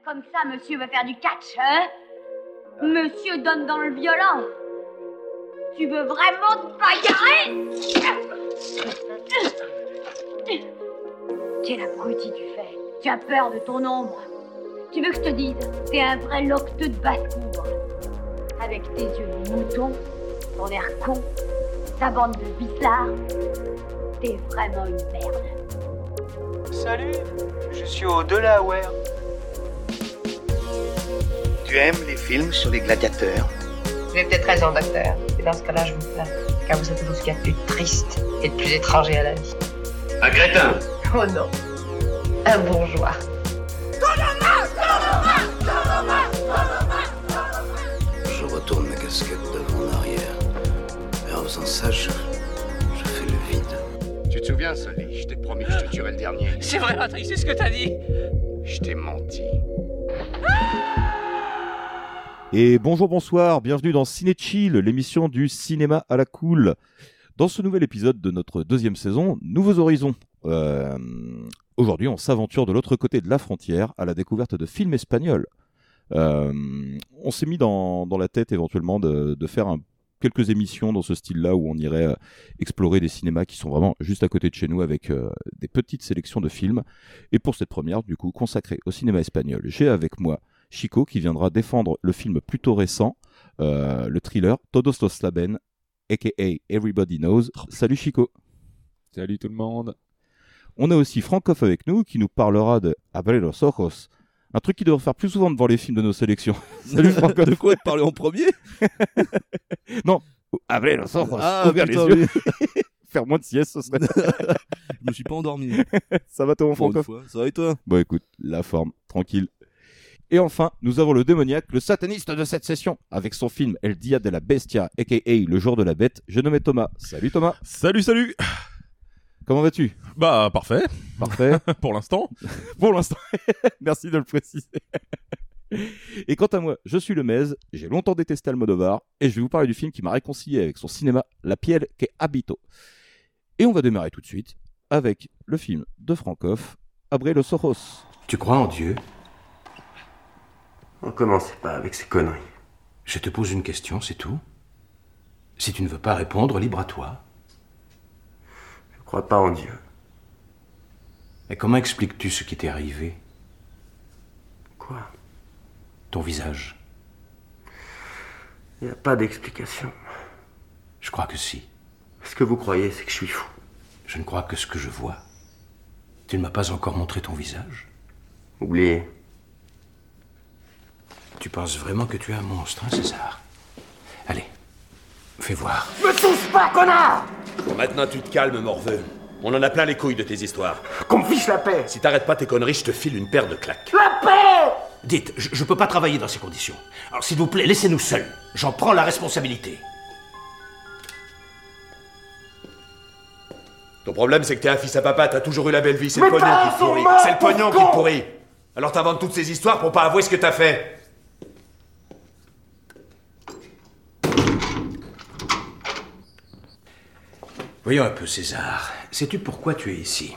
Comme ça, monsieur veut faire du catch, hein? Monsieur donne dans le violent. Tu veux vraiment te bagarrer? Quel abruti tu fais. Tu as peur de ton ombre. Tu veux que je te dise? T'es un vrai locteux de basse-cour. Avec tes yeux de mouton, ton air con, ta bande de bizarres. T'es vraiment une merde. Salut, je suis au Delaware. Tu aimes les films sur les gladiateurs? Vous avez peut-être raison, docteur. Et dans ce cas-là, je vous plains. Car vous êtes tout ce qu'il y a de plus triste et de plus étranger à la vie. Un crétin! Oh non, un bourgeois. Je retourne ma casquette d'avant en arrière. Et en faisant ça, je fais le vide. Tu te souviens, Sully? Je t'ai promis que je te tuerais le dernier. C'est vrai, Patrick, c'est ce que t'as dit. Je t'ai menti. Et bonjour, bonsoir, bienvenue dans Ciné Chill, l'émission du cinéma à la cool. Dans ce nouvel épisode de notre deuxième saison, nouveaux horizons. Aujourd'hui, on s'aventure de l'autre côté de la frontière à la découverte de films espagnols. On s'est mis dans la tête éventuellement de faire quelques émissions dans ce style-là où on irait explorer des cinémas qui sont vraiment juste à côté de chez nous avec des petites sélections de films. Et pour cette première, du coup, consacrée au cinéma espagnol, j'ai avec moi Chico qui viendra défendre le film plutôt récent, le thriller Todos los saben, aka Everybody Knows. Salut Chico. Salut tout le monde. On a aussi Francoff avec nous qui nous parlera de Abre los ojos, un truc qu'il devrait faire plus souvent devant les films de nos sélections. Salut Francoff. De quoi te parler en premier? Non, Abre los ojos, Ah, ouvrir les putain, yeux. oui. Faire moins de sieste, ce serait... Je me suis pas endormi. Ça va toi mon Pour une Francoff? fois. Ça va et toi? Bon écoute, la forme, tranquille. Et enfin, nous avons le démoniaque, le sataniste de cette session, avec son film El Dia de la Bestia, aka Le Jour de la Bête, j'ai nommé Thomas. Salut Thomas. Salut. Comment vas-tu? Bah, parfait. Parfait. Pour l'instant. Pour l'instant. Merci de le préciser. Et quant à moi, je suis le Mez, j'ai longtemps détesté Almodovar, et je vais vous parler du film qui m'a réconcilié avec son cinéma La piel que habito. Et on va démarrer tout de suite avec le film de Francoff, Abre los ojos. Tu crois en Dieu? On commencez pas avec ces conneries. Je te pose une question, c'est tout. Si tu ne veux pas répondre, libre à toi. Je crois pas en Dieu. Et comment expliques-tu ce qui t'est arrivé? Quoi? Ton visage. Y a pas d'explication. Je crois que si. Ce que vous croyez, c'est que je suis fou. Je ne crois que ce que je vois. Tu ne m'as pas encore montré ton visage. Oubliez. Tu penses vraiment que tu es un monstre, hein, César? Allez, fais voir. Me touche pas, connard! Bon, maintenant tu te calmes, morveux. On en a plein les couilles de tes histoires. Qu'on me fiche la paix! Si t'arrêtes pas tes conneries, je te file une paire de claques. La paix! Dites, je peux pas travailler dans ces conditions. Alors s'il vous plaît, laissez-nous seuls. J'en prends la responsabilité. Ton problème, c'est que t'es un fils à papa, t'as toujours eu la belle vie, c'est Mes le pognon parents qui te sont pourrit. morts, C'est le pognon qui con. te pourrit. Alors t'inventes toutes ces histoires pour pas avouer ce que t'as fait. Voyons un peu, César. Sais-tu pourquoi tu es ici?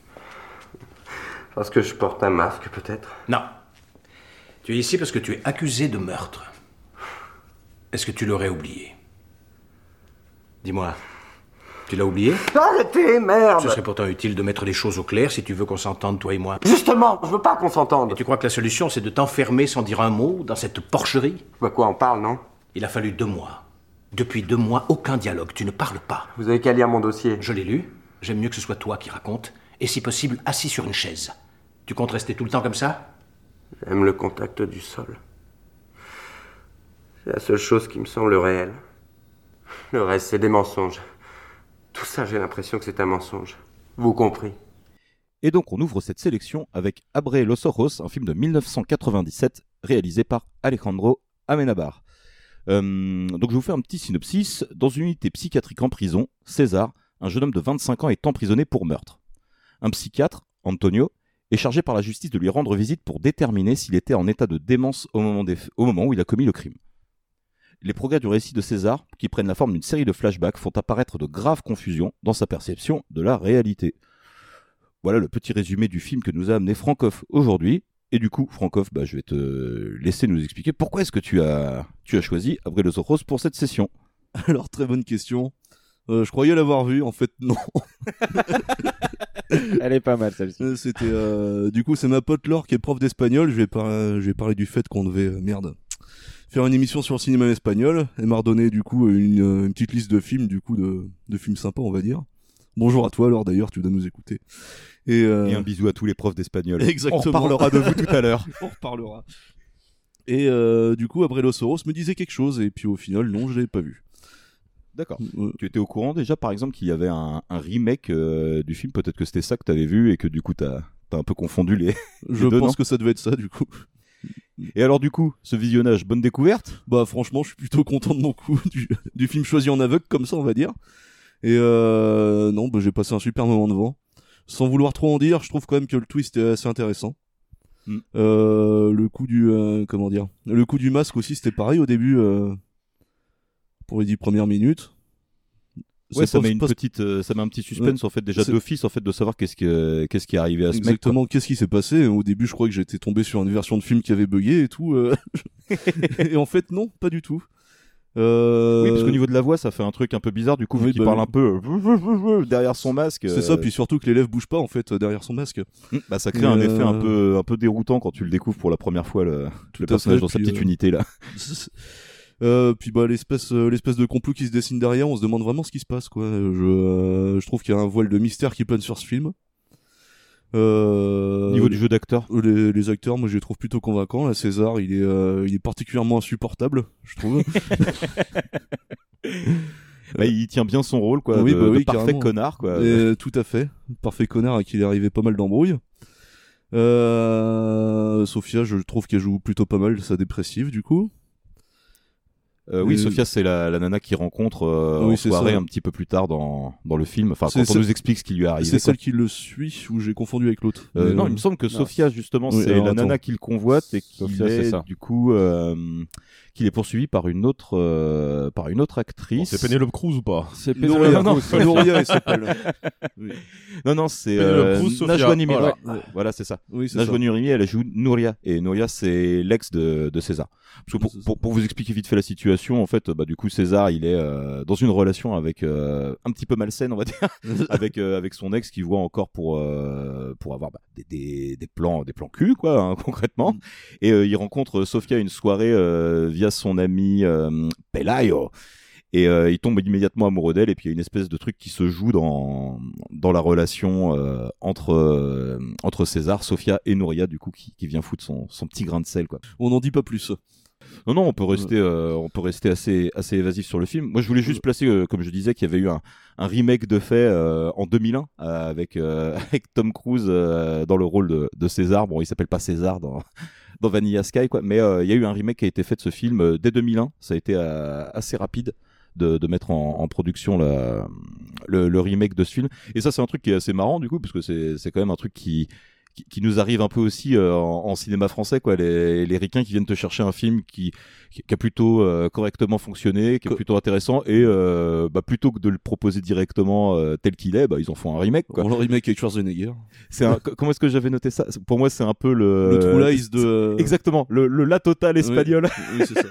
Parce que je porte un masque, peut-être. Non. Tu es ici parce que tu es accusé de meurtre. Est-ce que tu l'aurais oublié? Dis-moi, tu l'as oublié? Arrêtez, merde! Ce serait pourtant utile de mettre les choses au clair si tu veux qu'on s'entende, toi et moi. Justement, je veux pas qu'on s'entende. Et tu crois que la solution, c'est de t'enfermer sans dire un mot dans cette porcherie? Bah quoi, on parle, non? Il a fallu 2 mois. Depuis 2 mois, aucun dialogue. Tu ne parles pas. Vous avez qu'à lire mon dossier. Je l'ai lu. J'aime mieux que ce soit toi qui raconte. Et si possible, assis sur une chaise. Tu comptes rester tout le temps comme ça? J'aime le contact du sol. C'est la seule chose qui me semble réelle. Le reste, c'est des mensonges. Tout ça, j'ai l'impression que c'est un mensonge. Vous compris. Et donc on ouvre cette sélection avec Abre los ojos, un film de 1997 réalisé par Alejandro Amenábar. Donc je vous fais un petit synopsis. Dans une unité psychiatrique en prison, César, un jeune homme de 25 ans, est emprisonné pour meurtre. Un psychiatre, Antonio, est chargé par la justice de lui rendre visite pour déterminer s'il était en état de démence au moment où il a commis le crime. Les progrès du récit de César, qui prennent la forme d'une série de flashbacks, font apparaître de graves confusions dans sa perception de la réalité. Voilà le petit résumé du film que nous a amené Francoff aujourd'hui. Et du coup, Frankov, je vais te laisser nous expliquer pourquoi est-ce que tu as choisi Abrelosoros pour cette session. Alors, très bonne question. Je croyais l'avoir vu, en fait, non. Elle est pas mal, celle-ci. C'était, du coup, c'est ma pote Laure qui est prof d'espagnol. Je vais parler du fait qu'on devait, faire une émission sur le cinéma espagnol. Elle m'a redonné, du coup, une petite liste de films, du coup, de films sympas, on va dire. Bonjour à toi, Laure, d'ailleurs, tu dois nous écouter. Et un bisou à tous les profs d'espagnol. Exactement. On reparlera de vous tout à l'heure. On reparlera. Et du coup, Abrelosoros me disait quelque chose, et puis au final, non, je l'avais pas vu. D'accord. Tu étais au courant déjà, par exemple, qu'il y avait un remake du film. Peut-être que c'était ça que tu avais vu et que du coup, t'as un peu confondu les Je deux, pense non que ça devait être ça, du coup. Et alors, du coup, ce visionnage, bonne découverte ? Franchement, je suis plutôt content de mon coup du film choisi en aveugle, comme ça, on va dire. Et non, j'ai passé un super moment devant. Sans vouloir trop en dire, je trouve quand même que le twist est assez intéressant. Le coup du masque aussi, c'était pareil au début. Pour les 10 premières minutes. Ouais, ça met un petit suspense en fait déjà d'office en fait de savoir qu'est-ce qui est arrivé à ce mec. Exactement, qu'est-ce qui s'est passé. Au début, je crois que j'étais tombé sur une version de film qui avait bugué et tout. Et en fait, non, pas du tout. Oui, parce qu'au niveau de la voix, ça fait un truc un peu bizarre du coup, vu qu'il parle un peu derrière son masque. C'est ça, puis surtout que les lèvres bougent pas en fait derrière son masque. Ça crée un effet un peu déroutant quand tu le découvres pour la première fois le personnage dans sa petite unité là. Puis l'espèce de complot qui se dessine derrière, on se demande vraiment ce qui se passe quoi. Je trouve qu'il y a un voile de mystère qui plane sur ce film. Niveau du jeu d'acteur, les acteurs, moi je les trouve plutôt convaincants. Là, César, il est particulièrement insupportable, je trouve. Il tient bien son rôle quoi, oui, de parfait carrément. Connard quoi. Tout à fait, parfait connard à qui il est arrivé pas mal d'embrouilles. Sophia, je trouve qu'elle joue plutôt pas mal sa dépressive du coup. Oui, Sophia, c'est la nana qui rencontre en soirée un petit peu plus tard dans le film. Enfin, quand on nous explique ce qui lui est arrivé. C'est celle qui le suit ou j'ai confondu avec l'autre. Non, il me semble que Sophia, justement, c'est la nana qui le convoite et qui est du coup qu'il est poursuivi par une autre actrice. C'est Penelope Cruz ou pas? C'est Penelope Cruz. Nouria, elle s'appelle. Non, c'est Najwa Nimiri. Voilà, c'est ça. Oui, Najwa Nimiri, elle joue Nouria et Nouria, c'est l'ex de César. Parce que pour vous expliquer vite fait la situation, en fait, du coup, César, il est dans une relation avec un petit peu malsaine, on va dire, avec son ex qui voit encore pour avoir des plans cul, quoi, hein, concrètement. Et il rencontre Sofia à une soirée via son ami Pelayo. Et il tombe immédiatement amoureux d'elle, et puis il y a une espèce de truc qui se joue dans la relation entre César, Sofia et Nouria, du coup, qui vient foutre son petit grain de sel, quoi. On n'en dit pas plus. Non, on peut rester assez évasif sur le film. Moi, je voulais juste placer, comme je disais, qu'il y avait eu un remake de fait en 2001 avec Tom Cruise dans le rôle de César. Bon, il s'appelle pas César dans Vanilla Sky, quoi. Mais il y a eu un remake qui a été fait de ce film dès 2001. Ça a été assez rapide de mettre en production le remake de ce film. Et ça, c'est un truc qui est assez marrant, du coup, parce que c'est quand même un truc qui nous arrive un peu aussi en cinéma français, quoi. Les ricains qui viennent te chercher un film qui a plutôt correctement fonctionné, qui est plutôt intéressant, et plutôt que de le proposer directement tel qu'il est, ils en font un remake, quoi. Le remake avec Schwarzenegger. Comment est-ce que j'avais noté ça? Pour moi, c'est un peu le True Lies de... Exactement, le La Totale espagnol. Oui, c'est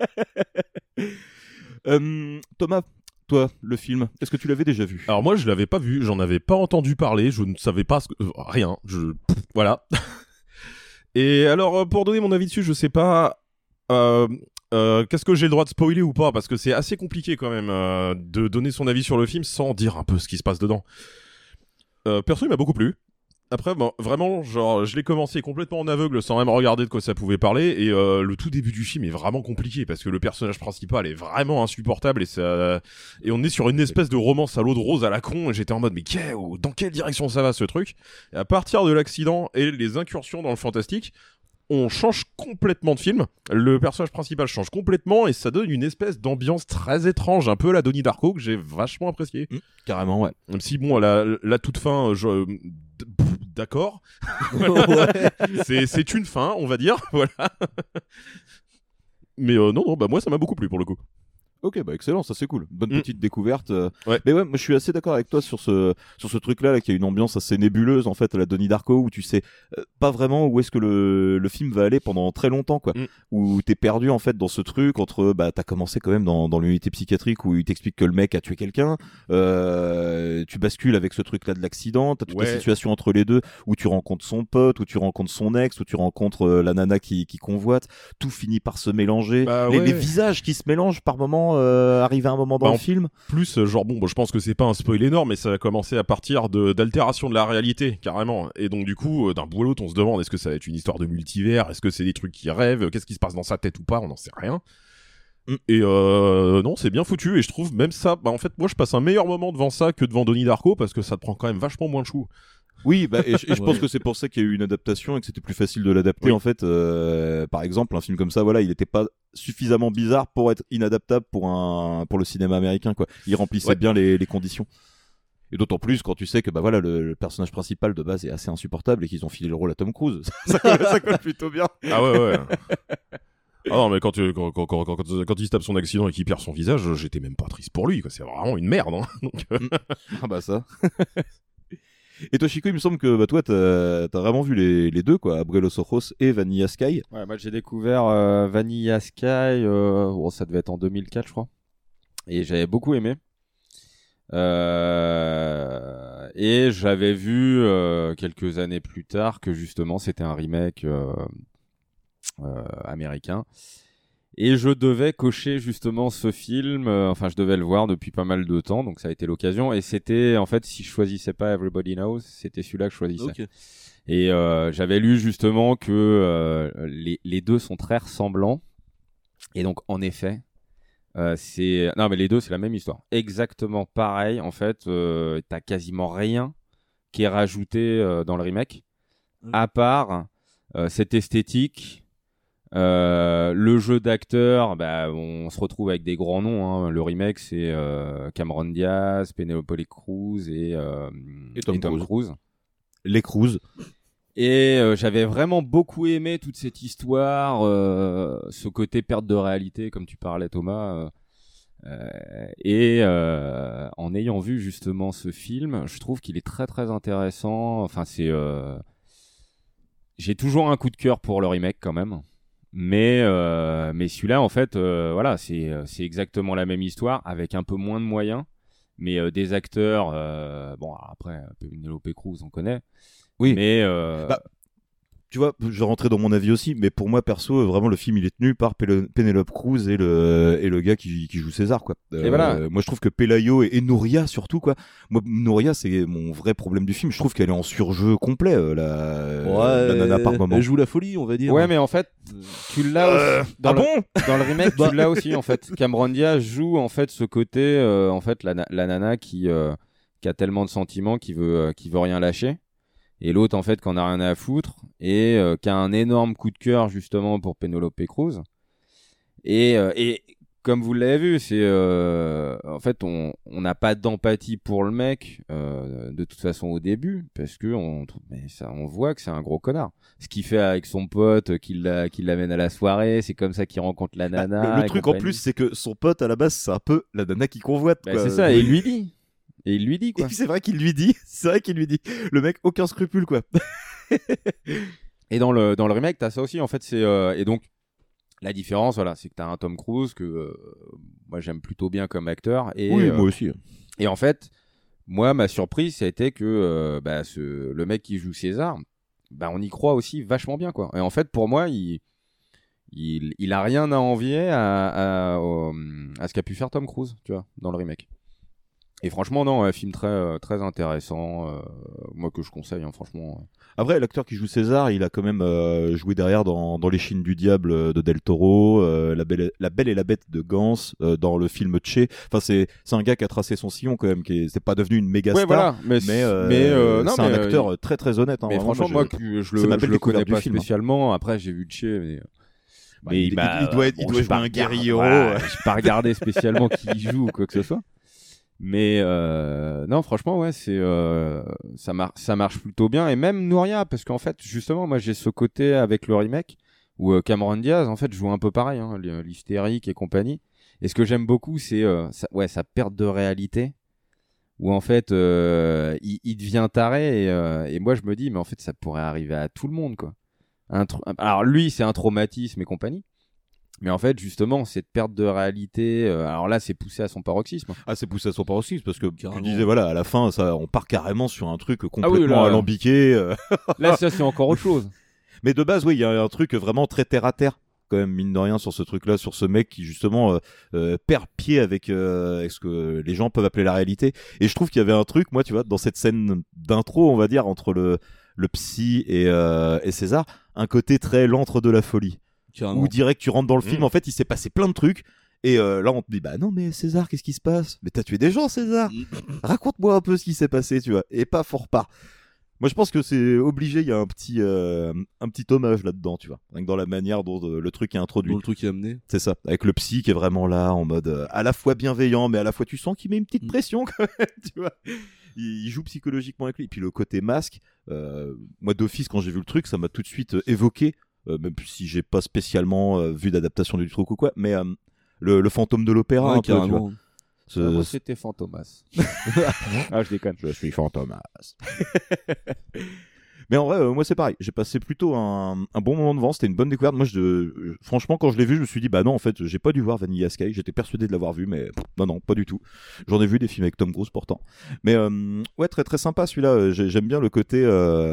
ça. Thomas, toi, le film, est-ce que tu l'avais déjà vu? Alors moi, je l'avais pas vu, j'en avais pas entendu parler, je ne savais pas rien, voilà. Et alors, pour donner mon avis dessus, je sais pas qu'est-ce que j'ai le droit de spoiler ou pas, parce que c'est assez compliqué quand même de donner son avis sur le film sans dire un peu ce qui se passe dedans. Perso, il m'a beaucoup plu. Après, vraiment, genre, je l'ai commencé complètement en aveugle sans même regarder de quoi ça pouvait parler, et le tout début du film est vraiment compliqué parce que le personnage principal est vraiment insupportable, et on est sur une espèce de romance à l'eau de rose à la con, et j'étais en mode mais dans quelle direction ça va ce truc? Et à partir de l'accident et les incursions dans le fantastique, on change complètement de film, le personnage principal change complètement et ça donne une espèce d'ambiance très étrange, un peu la Donnie Darko, que j'ai vachement apprécié. Carrément, ouais. Même si bon, la toute fin, d'accord. C'est une fin, on va dire, voilà. Mais non, moi ça m'a beaucoup plu pour le coup. Ok, bah excellent, ça c'est cool. Bonne petite découverte. Ouais. Mais ouais, moi je suis assez d'accord avec toi sur ce truc-là, là, qui a une ambiance assez nébuleuse en fait, à la Donnie Darko, où tu sais pas vraiment où est-ce que le film va aller pendant très longtemps, quoi. Où t'es perdu en fait dans ce truc entre, bah t'as commencé quand même dans l'unité psychiatrique où il t'explique que le mec a tué quelqu'un. Tu bascules avec ce truc-là de l'accident. T'as toute la situation entre les deux où tu rencontres son pote, où tu rencontres son ex, où tu rencontres la nana qui convoite. Tout finit par se mélanger. Les visages qui se mélangent par moment. Arrivé à un moment dans le film. Plus, genre bon, je pense que c'est pas un spoil énorme, mais ça a commencé à partir d'altération de la réalité, carrément. Et donc du coup, d'un bout à l'autre, on se demande est-ce que ça va être une histoire de multivers, est-ce que c'est des trucs qui rêvent, qu'est-ce qui se passe dans sa tête ou pas, on n'en sait rien. Et non, c'est bien foutu, et je trouve même ça, en fait, moi je passe un meilleur moment devant ça que devant Donnie Darko, parce que ça te prend quand même vachement moins de chou. Oui, bah, et je pense que c'est pour ça qu'il y a eu une adaptation et que c'était plus facile de l'adapter, en fait. Par exemple, un film comme ça, voilà, il n'était pas suffisamment bizarre pour être inadaptable pour le cinéma américain, quoi. Il remplissait bien les conditions. Et d'autant plus quand tu sais que, bah voilà, le personnage principal de base est assez insupportable et qu'ils ont filé le rôle à Tom Cruise. ça colle plutôt bien. Ah ouais. Ah non, mais quand il se tape son accident et qu'il perd son visage, j'étais même pas triste pour lui, quoi. C'est vraiment une merde, hein. Donc, Ah bah ça. Et toi, Chico, il me semble que bah, toi, t'as vraiment vu les deux, quoi, Abre los Ojos et Vanilla Sky. Ouais, moi j'ai découvert Vanilla Sky, ça devait être en 2004, je crois. Et j'avais beaucoup aimé. Et j'avais vu quelques années plus tard que justement c'était un remake américain. Et je devais cocher justement ce film, je devais le voir depuis pas mal de temps, donc ça a été l'occasion. Et c'était, en fait, si je choisissais pas Everybody Knows, c'était celui-là que je choisissais. Okay. Et j'avais lu justement que les deux sont très ressemblants. Et donc, en effet, non, mais les deux, c'est la même histoire. Exactement pareil, en fait, t'as quasiment rien qui est rajouté dans le remake, à part cette esthétique. Le jeu d'acteurs, on se retrouve avec des grands noms, hein. Le remake, c'est Cameron Diaz, Penelope Cruz et Tom Cruise. Les Cruz. Et j'avais vraiment beaucoup aimé toute cette histoire, ce côté perte de réalité, comme tu parlais, Thomas. Et en ayant vu justement ce film, je trouve qu'il est très très intéressant. Enfin, j'ai toujours un coup de cœur pour le remake quand même. Mais celui-là, en fait, voilà, c'est exactement la même histoire avec un peu moins de moyens, mais des acteurs. Bon, après, Penelope Cruz, on connaît. Oui. Mais tu vois, je rentrais dans mon avis aussi, mais pour moi perso, vraiment le film il est tenu par Penelope Cruz et le gars qui joue César, quoi. Et voilà. Moi je trouve que Pelayo et Nouria surtout, quoi. Moi Nouria c'est mon vrai problème du film. Je trouve qu'elle est en surjeu complet, la nana par moment. Elle joue la folie, on va dire. Ouais, mais en fait, tu l'as aussi dans le remake, tu l'as aussi en fait. Cameron Diaz joue en fait ce côté, en fait la nana qui a tellement de sentiments qui veut rien lâcher. Et l'autre, en fait, qui en a rien à foutre et qui a un énorme coup de cœur, justement, pour Penelope Cruz. Et comme vous l'avez vu, c'est en fait, on n'a pas d'empathie pour le mec, de toute façon, au début, parce que on voit que c'est un gros connard. Ce qu'il fait avec son pote, qu'il l'amène à la soirée, c'est comme ça qu'il rencontre la nana. Le truc, en plus, c'est que son pote, à la base, c'est un peu la nana qui convoite. Bah, c'est ça, et il lui dit. Et il lui dit, quoi. Et puis c'est vrai qu'il lui dit. Le mec, aucun scrupule, quoi. Et dans le remake, t'as ça aussi, en fait. Et donc, la différence, voilà, c'est que t'as un Tom Cruise que moi, j'aime plutôt bien comme acteur. Et, oui, moi aussi. Et en fait, moi, ma surprise, ça a été que le mec qui joue César, on y croit aussi vachement bien, quoi. Et en fait, pour moi, il a rien à envier à ce qu'a pu faire Tom Cruise, tu vois, dans le remake. Et franchement, non, un film très, très intéressant, moi que je conseille, hein, franchement. Après, l'acteur qui joue César, il a quand même joué derrière dans Les Chines du Diable de Del Toro, la Belle et la Bête de Gans, dans le film Che. Enfin, c'est un gars qui a tracé son sillon quand même, c'est pas devenu une méga star, voilà, mais c'est un acteur très très honnête. Hein, mais vraiment, franchement, moi, je le connais pas spécialement. Après, j'ai vu Che, mais il doit jouer un guerrier héros. J'ai pas regardé spécialement qui joue ou quoi que ce soit. Mais non, franchement, ouais, ça marche plutôt bien. Et même Nouria, parce qu'en fait, justement, moi, j'ai ce côté avec le remake où Cameron Diaz, en fait, joue un peu pareil, hein, l'hystérique et compagnie. Et ce que j'aime beaucoup, c'est sa perte de réalité, où en fait, il devient taré, et moi je me dis, mais en fait, ça pourrait arriver à tout le monde, quoi. Alors lui, c'est un traumatisme et compagnie. Mais en fait, justement, cette perte de réalité, alors là, c'est poussé à son paroxysme. Ah, c'est poussé à son paroxysme parce que tu disais, voilà, à la fin, on part carrément sur un truc complètement là, alambiqué. Là, ça, c'est encore autre chose. Mais de base, oui, il y a un truc vraiment très terre à terre, quand même, mine de rien, sur ce truc-là, sur ce mec qui, justement, perd pied avec ce que les gens peuvent appeler la réalité. Et je trouve qu'il y avait un truc, moi, tu vois, dans cette scène d'intro, on va dire, entre le psy et César, un côté très l'antre de la folie. Où direct tu rentres dans le film, en fait il s'est passé plein de trucs et là on te dit bah non mais César, qu'est-ce qui se passe? Mais t'as tué des gens, César. Raconte-moi un peu ce qui s'est passé, tu vois. Et pas fort part. Moi je pense que c'est obligé, il y a un petit hommage là-dedans, tu vois. Rien que dans la manière dont le truc est introduit. Dont le truc est amené. C'est ça, avec le psy qui est vraiment là en mode à la fois bienveillant mais à la fois tu sens qu'il met une petite pression quand même, tu vois. Il joue psychologiquement avec lui. Et puis le côté masque, moi d'office quand j'ai vu le truc, ça m'a tout de suite évoqué, même si j'ai pas spécialement vu d'adaptation du truc ou quoi, mais le fantôme de l'opéra, un peu, tu vois. Moi c'était Fantomas. Ah, je déconne. Je suis Fantomas. Mais en vrai, moi c'est pareil. J'ai passé plutôt un bon moment devant. C'était une bonne découverte. Moi, franchement, quand je l'ai vu, je me suis dit, bah non, en fait, j'ai pas dû voir Vanilla Sky. J'étais persuadé de l'avoir vu, mais non, pas du tout. J'en ai vu des films avec Tom Cruise pourtant. Mais ouais, très très sympa celui-là. J'aime bien le côté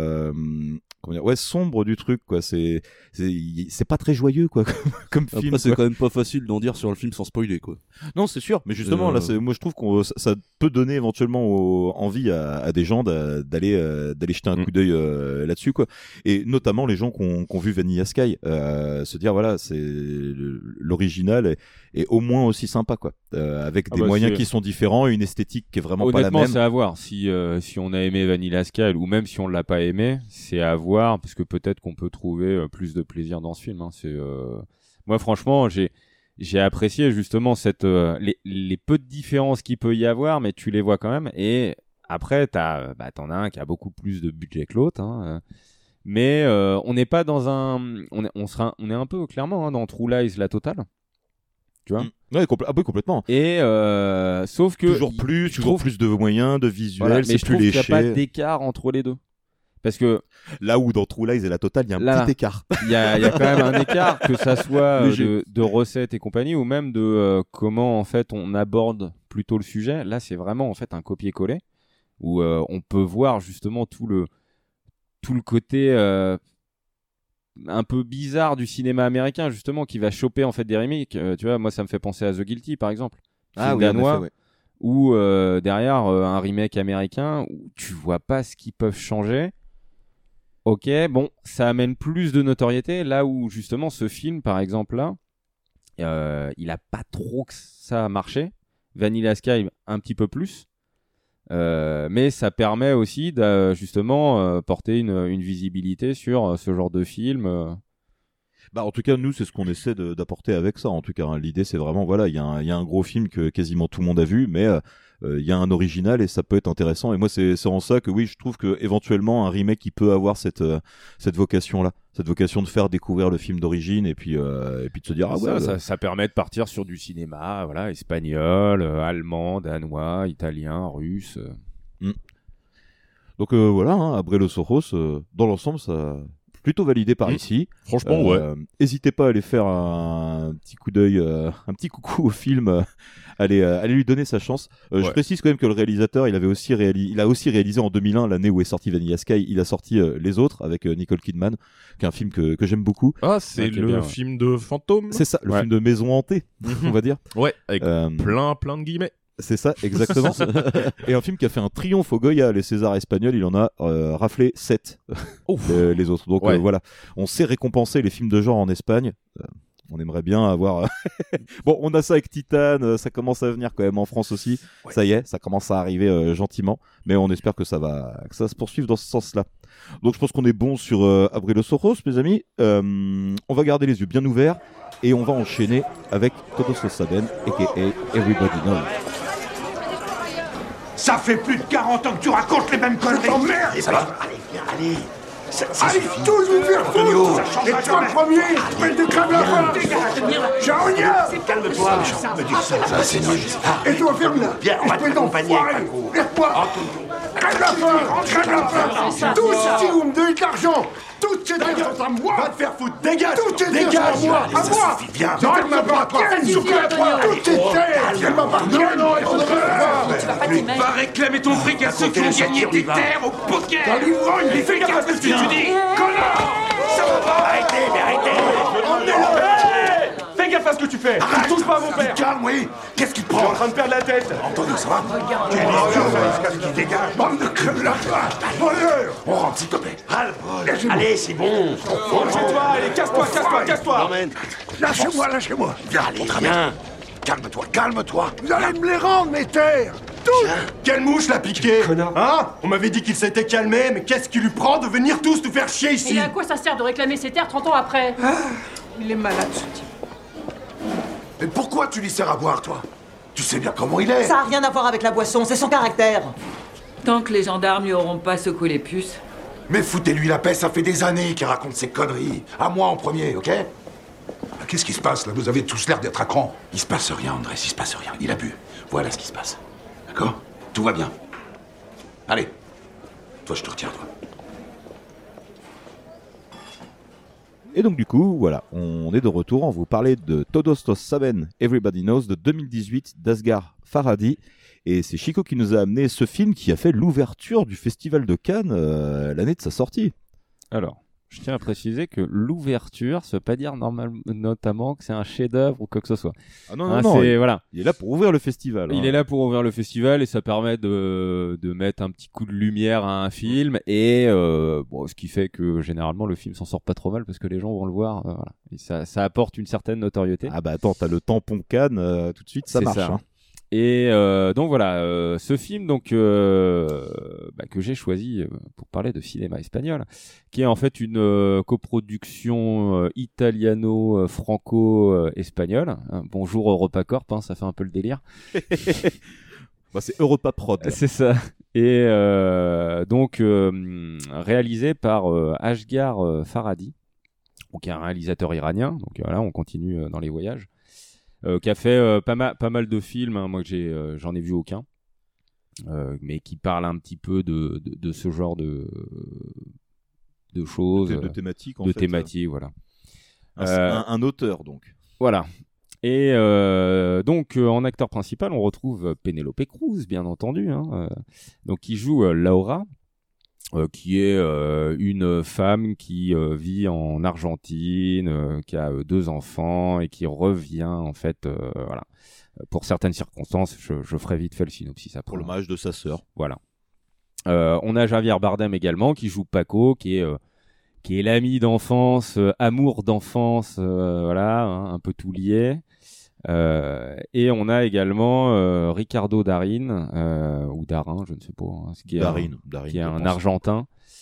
sombre du truc, quoi. C'est pas très joyeux, quoi, comme film. Après, c'est quand même pas facile d'en dire sur le film sans spoiler, quoi. Non, c'est sûr. Mais justement, là, moi, je trouve que ça peut donner éventuellement envie à des gens d'aller jeter un coup d'œil là-dessus, quoi. Et notamment les gens qui ont vu Vanilla Sky, se dire voilà, c'est l'original est au moins aussi sympa, quoi, avec des moyens qui sont différents, une esthétique qui est vraiment pas la même. Honnêtement, c'est à voir. Si on a aimé Vanilla Sky ou même si on l'a pas aimé, c'est à voir parce que peut-être qu'on peut trouver plus de plaisir dans ce film. Hein. Moi, franchement, j'ai apprécié justement les peu de différences qu'il peut y avoir, mais tu les vois quand même. Et après, t'en as un qui a beaucoup plus de budget que l'autre, hein, mais on n'est pas dans on est un peu clairement dans True Lies la totale, tu vois. Ouais, complètement. Et sauf que toujours plus de moyens, de visuels, voilà, c'est plus léché. Mais je trouve qu'il n'y a pas d'écart entre les deux. Parce que là où dans True Lies et la totale, il y a un petit écart. Il y a quand même un écart, que ça soit de recettes et compagnie, ou même de comment en fait on aborde plutôt le sujet. Là, c'est vraiment en fait un copier-coller où on peut voir justement tout le côté un peu bizarre du cinéma américain, justement, qui va choper en fait des remakes. Tu vois, moi ça me fait penser à The Guilty par exemple, film danois, ouais. Ou derrière un remake américain où tu vois pas ce qu'ils peuvent changer. Ok, bon, ça amène plus de notoriété, là où justement ce film par exemple là, il a pas trop que ça marché. Vanilla Sky un petit peu plus. Mais ça permet aussi de justement porter une visibilité sur ce genre de film. En tout cas, nous, c'est ce qu'on essaie d'apporter avec ça. En tout cas, hein. L'idée, c'est vraiment, voilà, il y a un gros film que quasiment tout le monde a vu, mais il y a un original et ça peut être intéressant. Et moi, c'est en ça que oui, je trouve que éventuellement un remake, il peut avoir cette vocation-là, cette vocation de faire découvrir le film d'origine et puis de se dire ça permet de partir sur du cinéma, voilà, espagnol, allemand, danois, italien, russe. Donc voilà, hein, Abre los Ojos, dans l'ensemble, ça plutôt validé par ici. Franchement, ouais. N'hésitez pas à aller faire un petit coup d'œil, un petit coucou au film. Allez lui donner sa chance. Je précise quand même que le réalisateur, il a aussi réalisé en 2001, l'année où est sorti Vanilla Sky. Il a sorti Les Autres avec Nicole Kidman, qui est un film que j'aime beaucoup. Ah, c'est le film de fantôme. C'est ça, le film de maison hantée, on va dire. Ouais, avec plein de guillemets. C'est ça, exactement. Et un film qui a fait un triomphe au Goya, les Césars espagnols, il en a raflé 7, les autres. Donc voilà, on sait récompenser les films de genre en Espagne. On aimerait bien avoir... Bon, on a ça avec Titane, ça commence à venir quand même en France aussi. Ouais. Ça y est, ça commence à arriver gentiment. Mais on espère que ça va se poursuive dans ce sens-là. Donc je pense qu'on est bon sur Abre los Ojos, mes amis. On va garder les yeux bien ouverts et on va enchaîner avec Todos lo saben, a.k.a. Everybody Knows. Ça fait plus de 40 ans que tu racontes les mêmes conneries. Allez, ça va. Allez, viens, allez. Allez, tous vous faire foutre. Et toi le premier, espèce de crème la fin. Charognard. Calme-toi, me dis ça, c'est nul. Et toi, ferme-la. Viens, on va t'accompagner, Paco. Lève-toi. Crème la fin. Tous, si vous me donnez de l'argent. Toutes ces terres sont à moi. Va te faire foutre, dégage. Toutes ces terres sont à moi. À moi. Viens. Elles m'appartiennent. Toutes ces terres, elles m'appartiennent. Non, elles sont à moi. Va réclamer ton fric à ceux qui ont gagné tes terres au poker. Dans l'ivrogne, Mais fais gaffe à ce que tu dis. Connard. Ça va pas. Arrêtez. Fais gaffe à ce que tu fais. Ne touche pas à mon père. Calme, oui. Qu'est-ce qu'il te Tu es en prend? train de perdre la tête. Antonio, ça va? Quel idiot, qui dégage. Bande de crème la fin. Voleur. On rentre, s'il te plaît. Allez, c'est bon. Rentre chez toi. Allez, casse-toi. Emmène. Lâchez-moi. Viens, viens. Calme-toi. Vous allez me les rendre, mes terres. Toutes. Quelle mouche l'a piqué? Connard. Hein? On m'avait dit qu'il s'était calmé, mais qu'est-ce qui lui prend de venir tous nous faire chier ici? Et à quoi ça sert de réclamer ses terres 30 ans après? Il est malade, ce type. Mais pourquoi tu lui sers à boire, toi? Tu sais bien comment il est. Ça n'a rien à voir avec la boisson, c'est son caractère. Tant que les gendarmes lui auront pas secoué les puces. Mais foutez-lui la paix, ça fait des années qu'il raconte ces conneries. À moi en premier, ok? Qu'est-ce qui se passe, là? Vous avez tous l'air d'être à cran. Il se passe rien, Andrés, il se passe rien. Il a bu. Voilà ce qui se passe. D'accord? Tout va bien. Allez. Toi, je te retiens, toi. Et donc du coup, voilà, on est de retour. On vous parlait de Todos los saben, Everybody Knows de 2018 d'Asghar Farhadi. Et c'est Chico qui nous a amené ce film qui a fait l'ouverture du Festival de Cannes l'année de sa sortie. Alors, je tiens à préciser que l'ouverture, ça veut pas dire notamment que c'est un chef-d'œuvre ou quoi que ce soit. Ah non, voilà. Il est là pour ouvrir le festival. Il est là pour ouvrir le festival et ça permet de mettre un petit coup de lumière à un film et ce qui fait que généralement le film s'en sort pas trop mal parce que les gens vont le voir. Voilà. Et ça apporte une certaine notoriété. Ah bah attends, t'as le tampon Cannes, tout de suite ça marche. Ça. Hein. Et donc voilà, ce film que j'ai choisi pour parler de cinéma espagnol, qui est en fait une coproduction italiano-franco-espagnole. Bonjour EuropaCorp, ça fait un peu le délire. C'est Europa Prod. C'est ça. Et donc réalisé par Asghar Farhadi, qui est un réalisateur iranien. Donc voilà, on continue dans les voyages. Qui a fait pas mal de films, hein. Moi j'en ai vu aucun, mais qui parle un petit peu de ce genre de choses, de thématiques voilà. Un auteur donc. Voilà. Et donc en acteur principal on retrouve Penélope Cruz, bien entendu, hein, donc qui joue Laura. Qui est une femme qui vit en Argentine, qui a 2 enfants et qui revient en fait, voilà. Pour certaines circonstances, je ferai vite fait le synopsis après. Pour l'hommage de sa sœur. Voilà. On a Javier Bardem également qui joue Paco, qui est l'ami d'enfance, amour d'enfance, voilà, hein, un peu tout lié. Et on a également Ricardo Darín ou Darin, je ne sais pas, hein, qui est un Argentin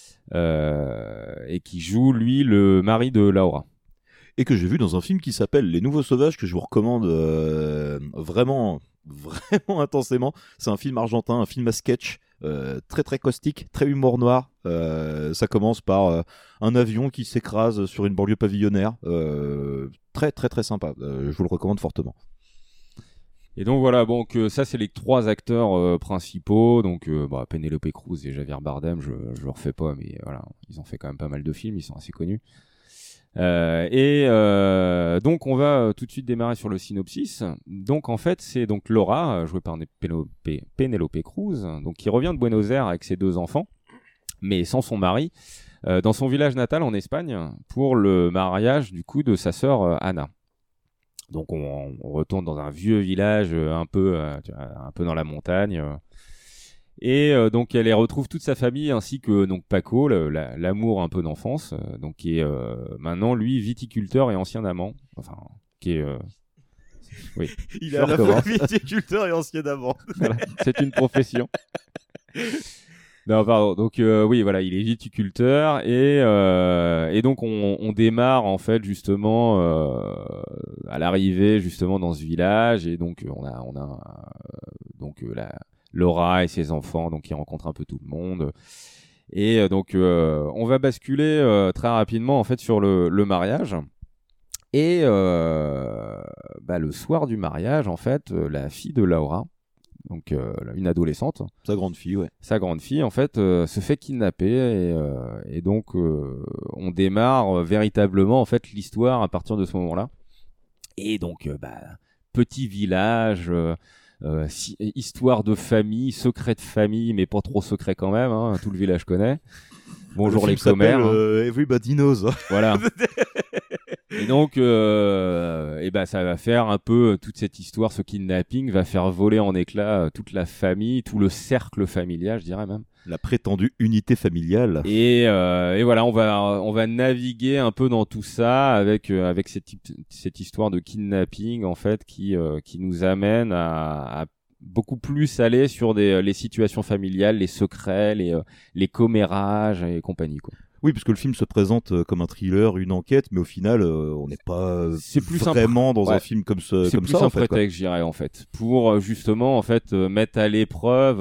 et qui joue lui le mari de Laura. Et que j'ai vu dans un film qui s'appelle Les Nouveaux Sauvages, que je vous recommande vraiment intensément. C'est un film argentin, un film à sketch, très très caustique, très humour noir. Ça commence par un avion qui s'écrase sur une banlieue pavillonnaire. Très très très sympa. Je vous le recommande fortement. Et donc voilà, donc ça c'est les 3 acteurs principaux. Donc Penélope Cruz et Javier Bardem, je le refais pas, mais voilà, ils ont fait quand même pas mal de films, ils sont assez connus. Donc on va tout de suite démarrer sur le synopsis. Donc en fait c'est donc Laura, jouée par Penélope Cruz, donc qui revient de Buenos Aires avec ses 2 enfants, mais sans son mari, dans son village natal en Espagne pour le mariage du coup de sa sœur Anna. Donc on retourne dans un vieux village un peu dans la montagne. Et donc elle y retrouve toute sa famille ainsi que donc Paco, l'amour un peu d'enfance, donc qui est maintenant lui viticulteur et ancien amant, enfin qui est oui. Il est à la fois viticulteur et ancien amant. Voilà, c'est une profession. Non pardon, donc oui voilà, il est viticulteur et donc on démarre en fait justement à l'arrivée justement dans ce village et donc on a donc Laura et ses enfants, donc qui rencontrent un peu tout le monde. Et donc on va basculer très rapidement en fait sur le mariage. Et le soir du mariage, en fait, la fille de Laura, donc une adolescente, sa grande fille, en fait, se fait kidnapper et donc on démarre véritablement en fait l'histoire à partir de ce moment-là. Et donc petit village, histoire de famille, secret de famille, mais pas trop secret quand même, hein, tout le village connaît. Bonjour les commères. Everybody knows. Voilà. Et donc, ça va faire un peu toute cette histoire, ce kidnapping va faire voler en éclats toute la famille, tout le cercle familial, je dirais même. La prétendue unité familiale. Et voilà, on va naviguer un peu dans tout ça avec cette histoire de kidnapping en fait qui nous amène à beaucoup plus aller sur les situations familiales, les secrets, les commérages et compagnie, quoi. Oui, parce que le film se présente comme un thriller, une enquête, mais au final, on n'est pas vraiment dans un film comme ça. C'est plus un prétexte, je dirais, en fait, pour justement, en fait, mettre à l'épreuve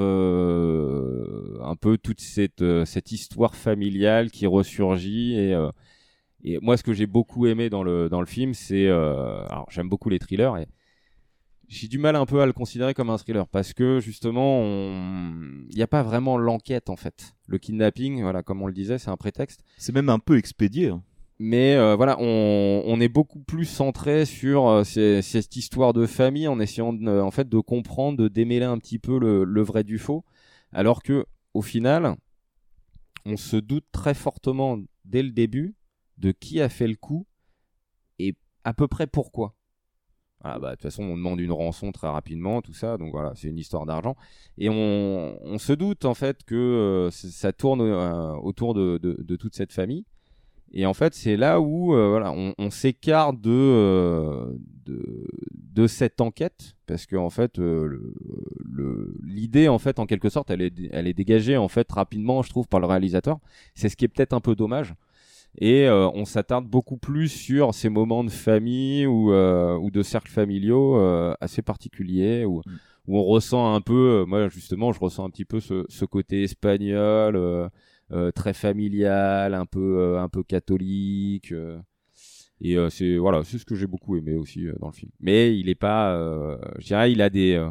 un peu toute cette histoire familiale qui ressurgit. Et moi, ce que j'ai beaucoup aimé dans le film, c'est... alors, j'aime beaucoup les thrillers, et j'ai du mal un peu à le considérer comme un thriller parce que justement il n'y a pas vraiment l'enquête en fait. Le kidnapping, voilà, comme on le disait, c'est un prétexte. C'est même un peu expédié. Hein. Mais voilà, on est beaucoup plus centré sur cette histoire de famille en essayant en fait de comprendre, de démêler un petit peu le vrai du faux, alors que au final, on se doute très fortement dès le début de qui a fait le coup et à peu près pourquoi. Ah de toute façon, on demande une rançon très rapidement, tout ça, donc voilà, c'est une histoire d'argent. Et on se doute en fait que ça tourne autour de toute cette famille. Et en fait, c'est là où on s'écarte de cette enquête, parce que en fait, l'idée en fait, en quelque sorte, elle est dégagée en fait rapidement, je trouve, par le réalisateur. C'est ce qui est peut-être un peu dommage. Et on s'attarde beaucoup plus sur ces moments de famille ou de cercles familiaux assez particuliers où on ressent un peu, moi justement je ressens un petit peu ce côté espagnol très familial, un peu catholique et c'est ce que j'ai beaucoup aimé aussi dans le film. Mais il est pas, je dirais, il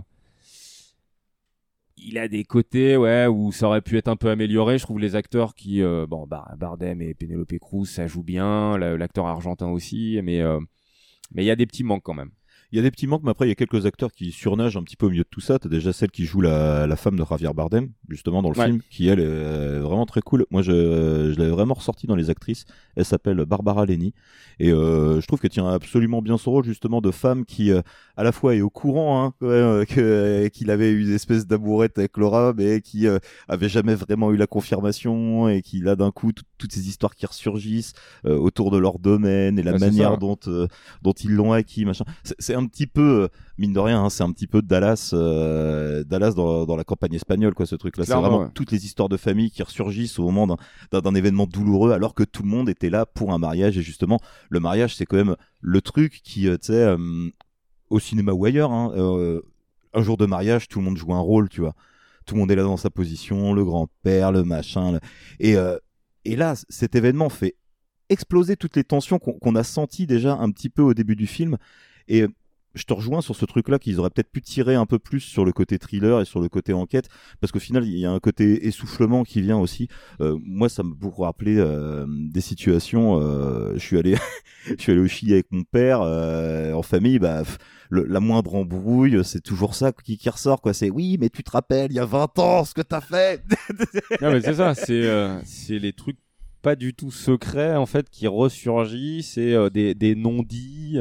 a des côtés où ça aurait pu être un peu amélioré. Je trouve les acteurs qui Bardem et Penélope Cruz, ça joue bien, l'acteur argentin aussi, mais il y a des petits manques quand même. Il y a des petits manques, mais après il y a quelques acteurs qui surnagent un petit peu au milieu de tout ça. T'as déjà celle qui joue la femme de Javier Bardem, justement dans le film, qui elle est vraiment très cool. Moi je l'avais vraiment ressorti dans les actrices. Elle s'appelle Barbara Leni et je trouve qu'elle tient absolument bien son rôle justement de femme qui à la fois est au courant qu'il avait eu une espèce d'amourette avec Laura, mais qui avait jamais vraiment eu la confirmation et qui là d'un coup toutes ces histoires qui ressurgissent autour de leur domaine et la manière dont ils l'ont acquis, machin. C'est un petit peu mine de rien, hein, c'est un petit peu Dallas dans la campagne espagnole, quoi, ce truc-là. Clairement, c'est vraiment toutes les histoires de famille qui ressurgissent au moment d'un événement douloureux, alors que tout le monde était là pour un mariage. Et justement, le mariage, c'est quand même le truc qui, tu sais, au cinéma ou ailleurs, hein, un jour de mariage, tout le monde joue un rôle, tu vois. Tout le monde est là dans sa position, le grand-père, le machin. Et là, cet événement fait exploser toutes les tensions qu'on a senties déjà un petit peu au début du film. Et je te rejoins sur ce truc-là qu'ils auraient peut-être pu tirer un peu plus sur le côté thriller et sur le côté enquête, parce qu'au final, il y a un côté essoufflement qui vient aussi. Moi, ça me beaucoup rappeler des situations. Je suis allé au Chili avec mon père en famille. La moindre embrouille, c'est toujours ça qui ressort, quoi. C'est oui, mais tu te rappelles, il y a 20 ans, ce que t'as fait. Non, mais c'est ça. C'est les trucs pas du tout secrets en fait qui ressurgissent. C'est des non-dits.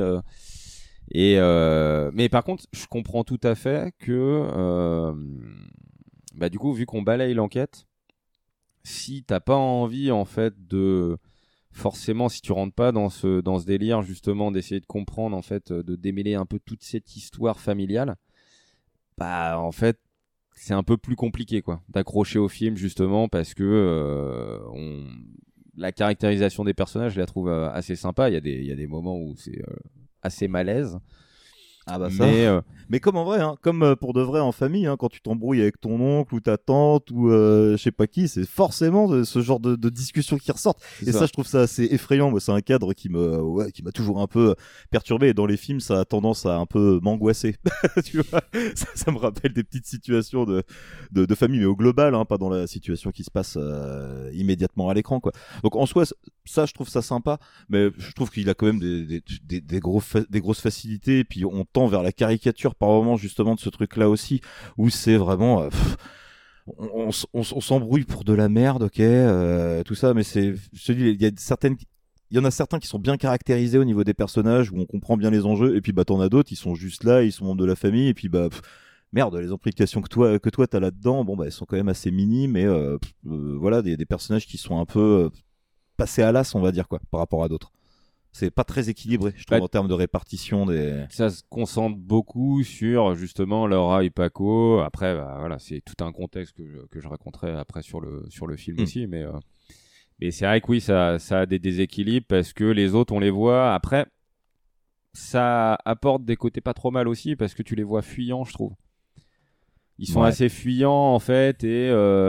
Mais par contre, je comprends tout à fait que du coup, vu qu'on balaye l'enquête, si t'as pas envie en fait de forcément, si tu rentres pas dans ce délire justement d'essayer de comprendre en fait, de démêler un peu toute cette histoire familiale, en fait c'est un peu plus compliqué quoi, d'accrocher au film justement parce que la caractérisation des personnages, je la trouve assez sympa. Il y a des moments où c'est assez malaise. Ah bah ça. Mais comme en vrai, hein, comme pour de vrai en famille, hein, quand tu t'embrouilles avec ton oncle ou ta tante ou je sais pas qui, c'est forcément ce genre de discussion qui ressortent. Et ça, je trouve ça assez effrayant. Moi, c'est un cadre qui m'a toujours un peu perturbé. Et dans les films, ça a tendance à un peu m'angoisser. Tu vois, ça me rappelle des petites situations de famille, mais au global, hein, pas dans la situation qui se passe immédiatement à l'écran, quoi. Donc en soi, ça, je trouve ça sympa, mais je trouve qu'il a quand même des grosses facilités. Et puis on tend vers la caricature par moment justement de ce truc-là aussi, où c'est vraiment on s'embrouille pour de la merde, ok, tout ça, mais je te dis, il y en a certains qui sont bien caractérisés au niveau des personnages, où on comprend bien les enjeux, et puis bah t'en as d'autres, ils sont juste là, ils sont membres de la famille, et puis bah merde, les implications que toi t'as là-dedans, bon bah elles sont quand même assez minimes, mais voilà, des personnages qui sont un peu passés à l'as, on va dire, quoi, par rapport à d'autres. C'est pas très équilibré, je trouve, en termes de répartition des. Ça se concentre beaucoup sur justement Laura et Paco. Après, bah, voilà, c'est tout un contexte que je raconterai après sur le film aussi, mais c'est vrai que oui, ça a des déséquilibres parce que les autres, on les voit. Après, ça apporte des côtés pas trop mal aussi parce que tu les vois fuyants, je trouve. Ils sont assez fuyants en fait et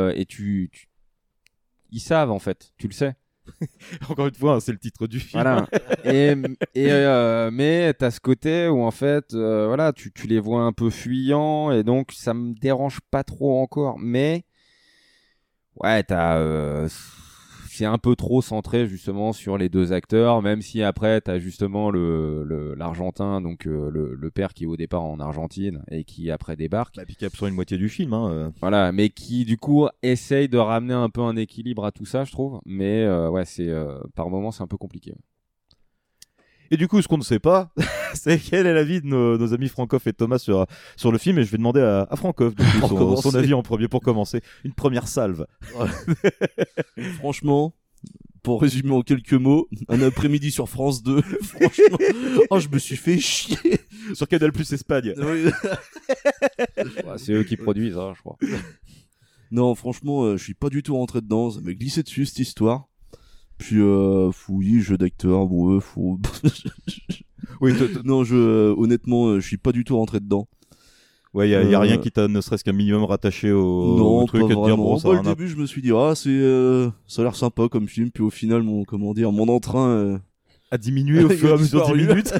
ils savent en fait, tu le sais. Encore une fois, hein, c'est le titre du film. Voilà. Mais t'as ce côté où en fait, voilà, tu les vois un peu fuyants et donc ça me dérange pas trop encore. Mais ouais, c'est un peu trop centré justement sur les deux acteurs, même si après t'as justement l'Argentin, donc le père qui est au départ en Argentine et qui après débarque. Bah, puis qui absorbe une moitié du film. Hein, Voilà, mais qui du coup essaye de ramener un peu un équilibre à tout ça, je trouve. Mais ouais, par moments c'est un peu compliqué. Et du coup, ce qu'on ne sait pas, c'est quel est l'avis de nos amis Francoff et Thomas sur le film. Et je vais demander à Francoff son avis en premier pour commencer. Une première salve. Franchement, pour résumer en quelques mots, un après-midi sur France 2, franchement, je me suis fait chier. Sur Canal+ Espagne. Oui. Ouais, c'est eux qui produisent, hein, je crois. Non, franchement, je suis pas du tout rentré dedans. Ça m'a glissé dessus cette histoire. Puis oui, jeu d'acteur, ouais, faut. Oui, non, honnêtement, je suis pas du tout rentré dedans. Ouais, y a rien qui t'a ne serait-ce qu'un minimum rattaché au truc, pas et te dire bon, ça au début, je me suis dit ça a l'air sympa comme film, puis au final, mon entrain a diminué au fur et à mesure des minutes.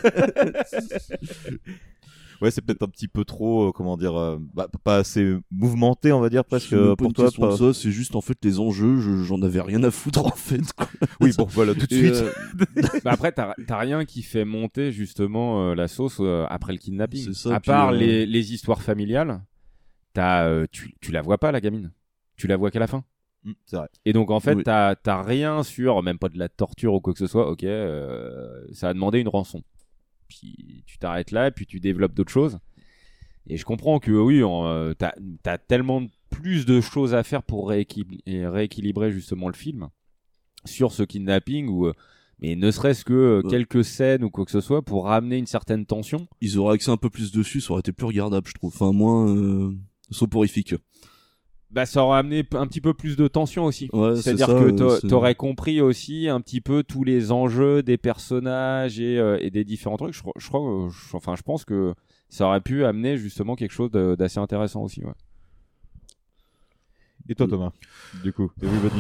Ouais, c'est peut-être un petit peu trop, pas assez mouvementé, on va dire, presque, pour toi. Ça, c'est juste, en fait, les enjeux, j'en avais rien à foutre, en fait, quoi. Oui, bon, voilà, tout de suite. Bah après, t'as rien qui fait monter, justement, la sauce après le kidnapping. C'est ça, à part les histoires familiales, tu la vois pas, la gamine. Tu la vois qu'à la fin. C'est vrai. Et donc, en fait, t'as rien sur, même pas de la torture ou quoi que ce soit, ok, ça a demandé une rançon. Puis tu t'arrêtes là et puis tu développes d'autres choses. Et je comprends que oui, t'as tellement plus de choses à faire pour rééquilibrer justement le film sur ce kidnapping mais ne serait-ce que quelques scènes ou quoi que ce soit pour ramener une certaine tension. Ils auraient axé un peu plus dessus, ça aurait été plus regardable, je trouve. Enfin, moins soporifique. Bah, ça aurait amené un petit peu plus de tension aussi. Ouais, c'est-à-dire que t'aurais compris aussi un petit peu tous les enjeux des personnages et des différents trucs. Je pense que ça aurait pu amener justement quelque chose d'assez intéressant aussi. Ouais. Et toi, Thomas, du coup,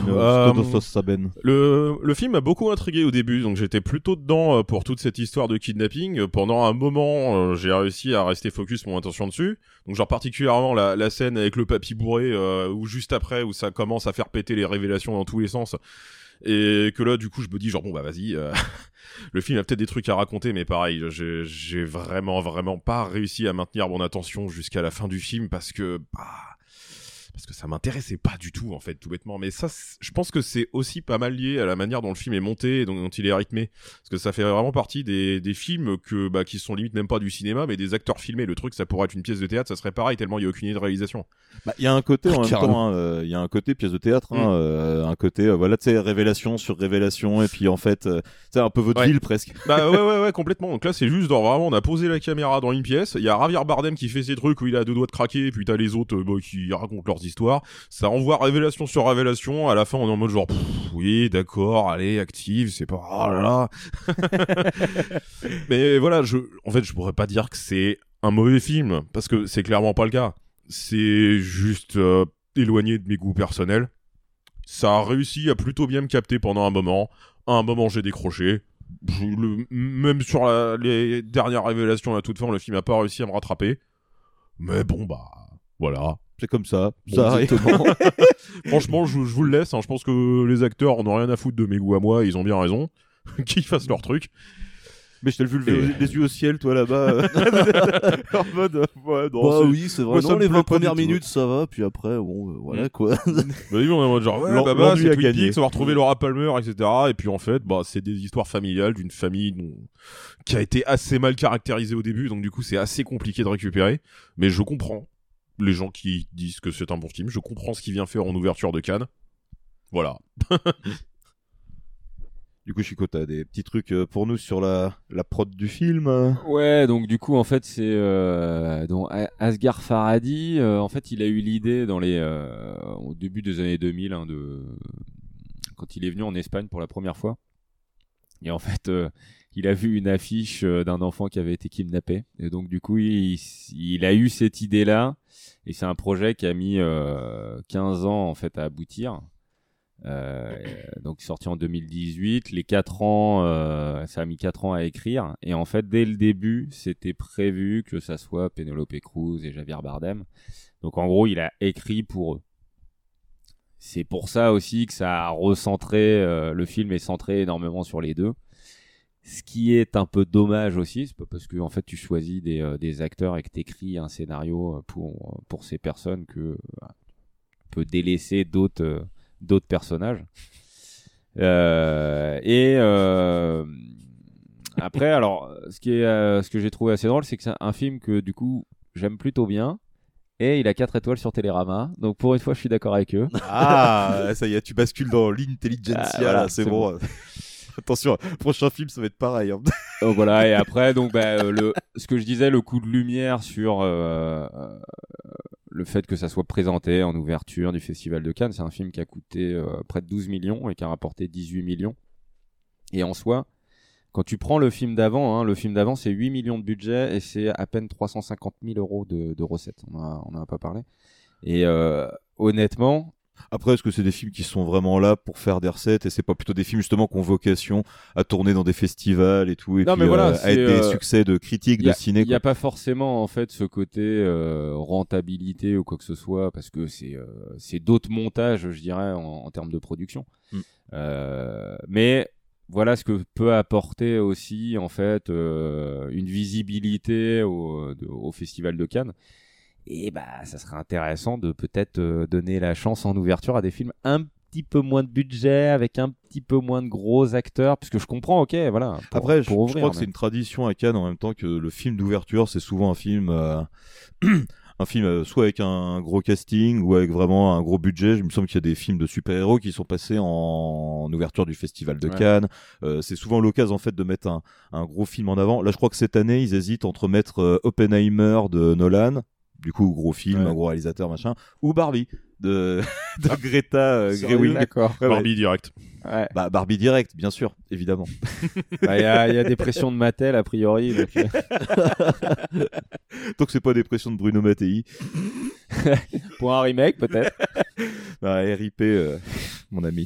le film m'a beaucoup intrigué au début, donc j'étais plutôt dedans pour toute cette histoire de kidnapping. Pendant un moment, j'ai réussi à rester focus mon attention dessus. Donc genre particulièrement la scène avec le papy bourré, ou juste après, où ça commence à faire péter les révélations dans tous les sens. Et que là, du coup, je me dis genre bon bah vas-y, le film a peut-être des trucs à raconter, mais pareil, j'ai vraiment pas réussi à maintenir mon attention jusqu'à la fin du film parce que ça m'intéressait pas du tout, en fait, tout bêtement. Mais ça, je pense que c'est aussi pas mal lié à la manière dont le film est monté et dont il est rythmé. Parce que ça fait vraiment partie des films qui sont limite même pas du cinéma, mais des acteurs filmés. Le truc, ça pourrait être une pièce de théâtre, ça serait pareil, tellement il y a aucune idée de réalisation. Bah, il y a un côté, en même temps, il y a un côté pièce de théâtre, un côté, voilà, tu sais, révélation sur révélation, et puis en fait, c'est un peu vaudeville presque. Bah ouais, complètement. Donc là, c'est juste, vraiment, on a posé la caméra dans une pièce, il y a Javier Bardem qui fait ses trucs où il a deux doigts de craquer, et puis t'as les autres qui racontent leurs leurs histoires. Ça envoie révélation sur révélation. À la fin, on est en mode genre, oui, d'accord, allez, active, c'est pas, oh là là. Mais voilà, en fait, je pourrais pas dire que c'est un mauvais film, parce que c'est clairement pas le cas. C'est juste éloigné de mes goûts personnels. Ça a réussi à plutôt bien me capter pendant un moment. À un moment, j'ai décroché. Même sur les dernières révélations à toute fin, le film a pas réussi à me rattraper. Mais bon, bah, voilà. C'est comme ça. Bon, Ça arrive. Franchement, je vous le laisse. Hein. Je pense que les acteurs en ont rien à foutre de mes goûts à moi. Ils ont bien raison. Qu'ils fassent leur truc. Mais je t'ai vu les yeux au ciel, toi, là-bas. En mode, ouais, non, bah oui, c'est vrai. Moi, Non, les 20 plaît pas premières du tout. minutes, ça va. Puis après, bon, voilà, quoi. Bah oui, on est en mode genre, ouais, bah, c'est Twin Peaks, on va retrouver Laura Palmer, etc. Et puis en fait, bah, c'est des histoires familiales d'une famille qui a été assez mal caractérisée au début. Donc du coup, c'est assez compliqué de récupérer. Mais je comprends les gens qui disent que c'est un bon film. Je comprends ce qu'il vient faire en ouverture de Cannes. Voilà. Du coup, Chico, t'as des petits trucs pour nous sur la prod du film? Ouais, donc du coup, en fait, c'est donc Asghar Farhadi. En fait, il a eu l'idée au début des années 2000, hein, quand il est venu en Espagne pour la première fois. Et en fait, il a vu une affiche d'un enfant qui avait été kidnappé. Et donc, du coup, il a eu cette idée-là. Et c'est un projet qui a mis 15 ans en fait à aboutir. Donc sorti en 2018, les 4 ans, ça a mis 4 ans à écrire, et en fait dès le début c'était prévu que ça soit Penelope Cruz et Javier Bardem, donc en gros il a écrit pour eux. C'est pour ça aussi que ça a recentré, le film est centré énormément sur les deux, ce qui est un peu dommage aussi, c'est pas parce que en fait tu choisis des acteurs et que t'écris un scénario pour ces personnes que tu peux délaisser d'autres personnages. Après, alors, ce que j'ai trouvé assez drôle, c'est que c'est un film que du coup j'aime plutôt bien, et il a 4 étoiles sur Télérama, donc pour une fois je suis d'accord avec eux. Ah, ça y est, tu bascules dans l'intelligentsia, voilà, là, c'est bon. Attention, prochain film ça va être pareil. Hein. Donc voilà, et après, donc, ce que je disais, le coup de lumière sur le fait que ça soit présenté en ouverture du Festival de Cannes, c'est un film qui a coûté près de 12 millions et qui a rapporté 18 millions. Et en soi, quand tu prends le film d'avant, c'est 8 millions de budget et c'est à peine 350 000 euros de recettes. On en a pas parlé. Et honnêtement... Après, est-ce que c'est des films qui sont vraiment là pour faire des recettes, et c'est pas plutôt des films justement qui ont vocation à tourner dans des festivals et tout, et non, puis mais voilà, à être des succès de critiques de ciné? Il n'y a pas forcément en fait ce côté rentabilité ou quoi que ce soit, parce que c'est d'autres montages, je dirais, en termes de production. Mais voilà ce que peut apporter aussi en fait une visibilité au Festival de Cannes. Et bah, ça serait intéressant de peut-être donner la chance en ouverture à des films un petit peu moins de budget, avec un petit peu moins de gros acteurs, puisque je comprends, ok, voilà. Après, je crois que c'est une tradition à Cannes en même temps que le film d'ouverture, c'est souvent un film, soit avec un gros casting ou avec vraiment un gros budget. Il me semble qu'il y a des films de super-héros qui sont passés en ouverture du Festival de Cannes. C'est souvent l'occasion en fait de mettre un gros film en avant. Là, je crois que cette année, ils hésitent entre mettre Oppenheimer de Nolan. Du coup, gros film, un gros réalisateur, machin, ou Barbie de Greta Gerwig. D'accord. Barbie direct. Ouais. Bah, Barbie direct, bien sûr, évidemment. Il y a des pressions de Mattel, a priori. Donc c'est pas des pressions de Bruno Mattei. Pour un remake, peut-être. RIP, mon ami.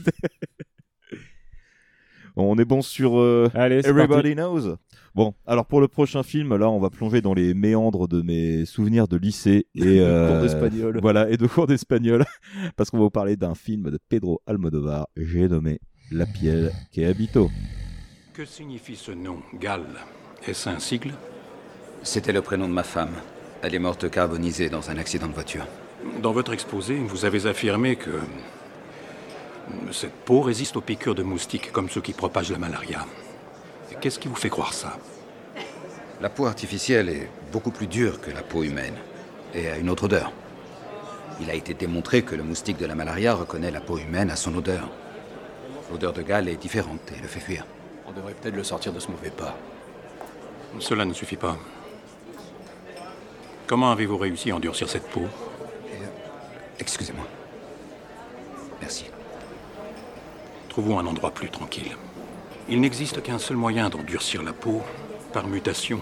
On est bon sur Allez, Everybody Knows. Bon, alors pour le prochain film, là, on va plonger dans les méandres de mes souvenirs de lycée et cours d'espagnol. Voilà, et de cours d'espagnol, parce qu'on va vous parler d'un film de Pedro Almodóvar. J'ai nommé La piel que habito. Que signifie ce nom, Gal? Est-ce un sigle? C'était le prénom de ma femme. Elle est morte carbonisée dans un accident de voiture. Dans votre exposé, vous avez affirmé que cette peau résiste aux piqûres de moustiques, comme ceux qui propagent la malaria. Qu'est-ce qui vous fait croire ça? La peau artificielle est beaucoup plus dure que la peau humaine et a une autre odeur. Il a été démontré que le moustique de la malaria reconnaît la peau humaine à son odeur. L'odeur de Gal est différente et le fait fuir. On devrait peut-être le sortir de ce mauvais pas. Cela ne suffit pas. Comment avez-vous réussi à endurcir cette peau? Excusez-moi. Merci. Trouvons un endroit plus tranquille. Il n'existe qu'un seul moyen d'endurcir la peau, par mutation.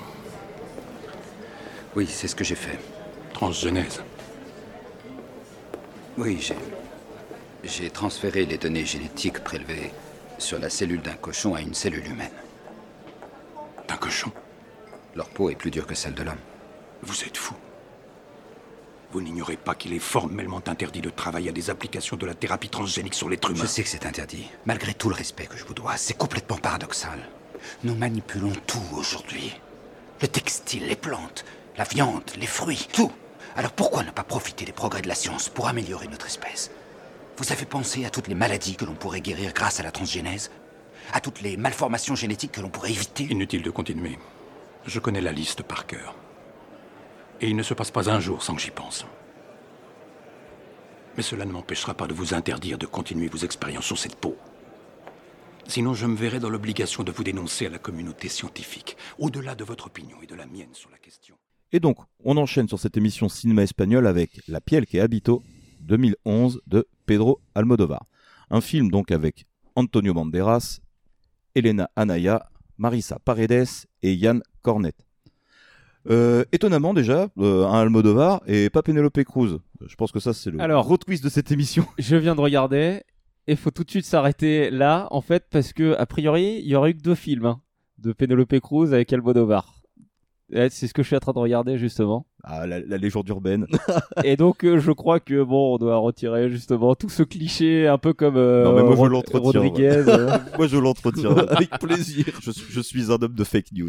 Oui, c'est ce que j'ai fait. Transgenèse. Oui, j'ai transféré les données génétiques prélevées sur la cellule d'un cochon à une cellule humaine. D'un cochon? Leur peau est plus dure que celle de l'homme. Vous êtes fou. Vous n'ignorez pas qu'il est formellement interdit de travailler à des applications de la thérapie transgénique sur l'être humain. Je sais que c'est interdit. Malgré tout le respect que je vous dois, c'est complètement paradoxal. Nous manipulons tout aujourd'hui. Le textile, les plantes, la viande, les fruits, tout. Alors pourquoi ne pas profiter des progrès de la science pour améliorer notre espèce? Vous avez pensé à toutes les maladies que l'on pourrait guérir grâce à la transgénèse? À toutes les malformations génétiques que l'on pourrait éviter? Inutile de continuer. Je connais la liste par cœur. Et il ne se passe pas un jour sans que j'y pense. Mais cela ne m'empêchera pas de vous interdire de continuer vos expériences sur cette peau. Sinon, je me verrai dans l'obligation de vous dénoncer à la communauté scientifique, au-delà de votre opinion et de la mienne sur la question. Et donc, on enchaîne sur cette émission cinéma espagnol avec La piel que habito, 2011, de Pedro Almodóvar. Un film donc avec Antonio Banderas, Elena Anaya, Marisa Paredes et Yann Cornet. Étonnamment déjà, un Almodóvar et pas Penélope Cruz. Je pense que ça c'est le gros twist de cette émission. Je viens de regarder et faut tout de suite s'arrêter là en fait parce que a priori il y aurait eu que 2 films de Penélope Cruz avec Almodóvar. C'est ce que je suis en train de regarder justement. Ah, la légende urbaine. Et donc je crois que bon, on doit retirer justement tout ce cliché un peu comme non, mais moi, je l'entretiens, Rodriguez. Moi je l'entretiens avec plaisir. Je suis un homme de fake news.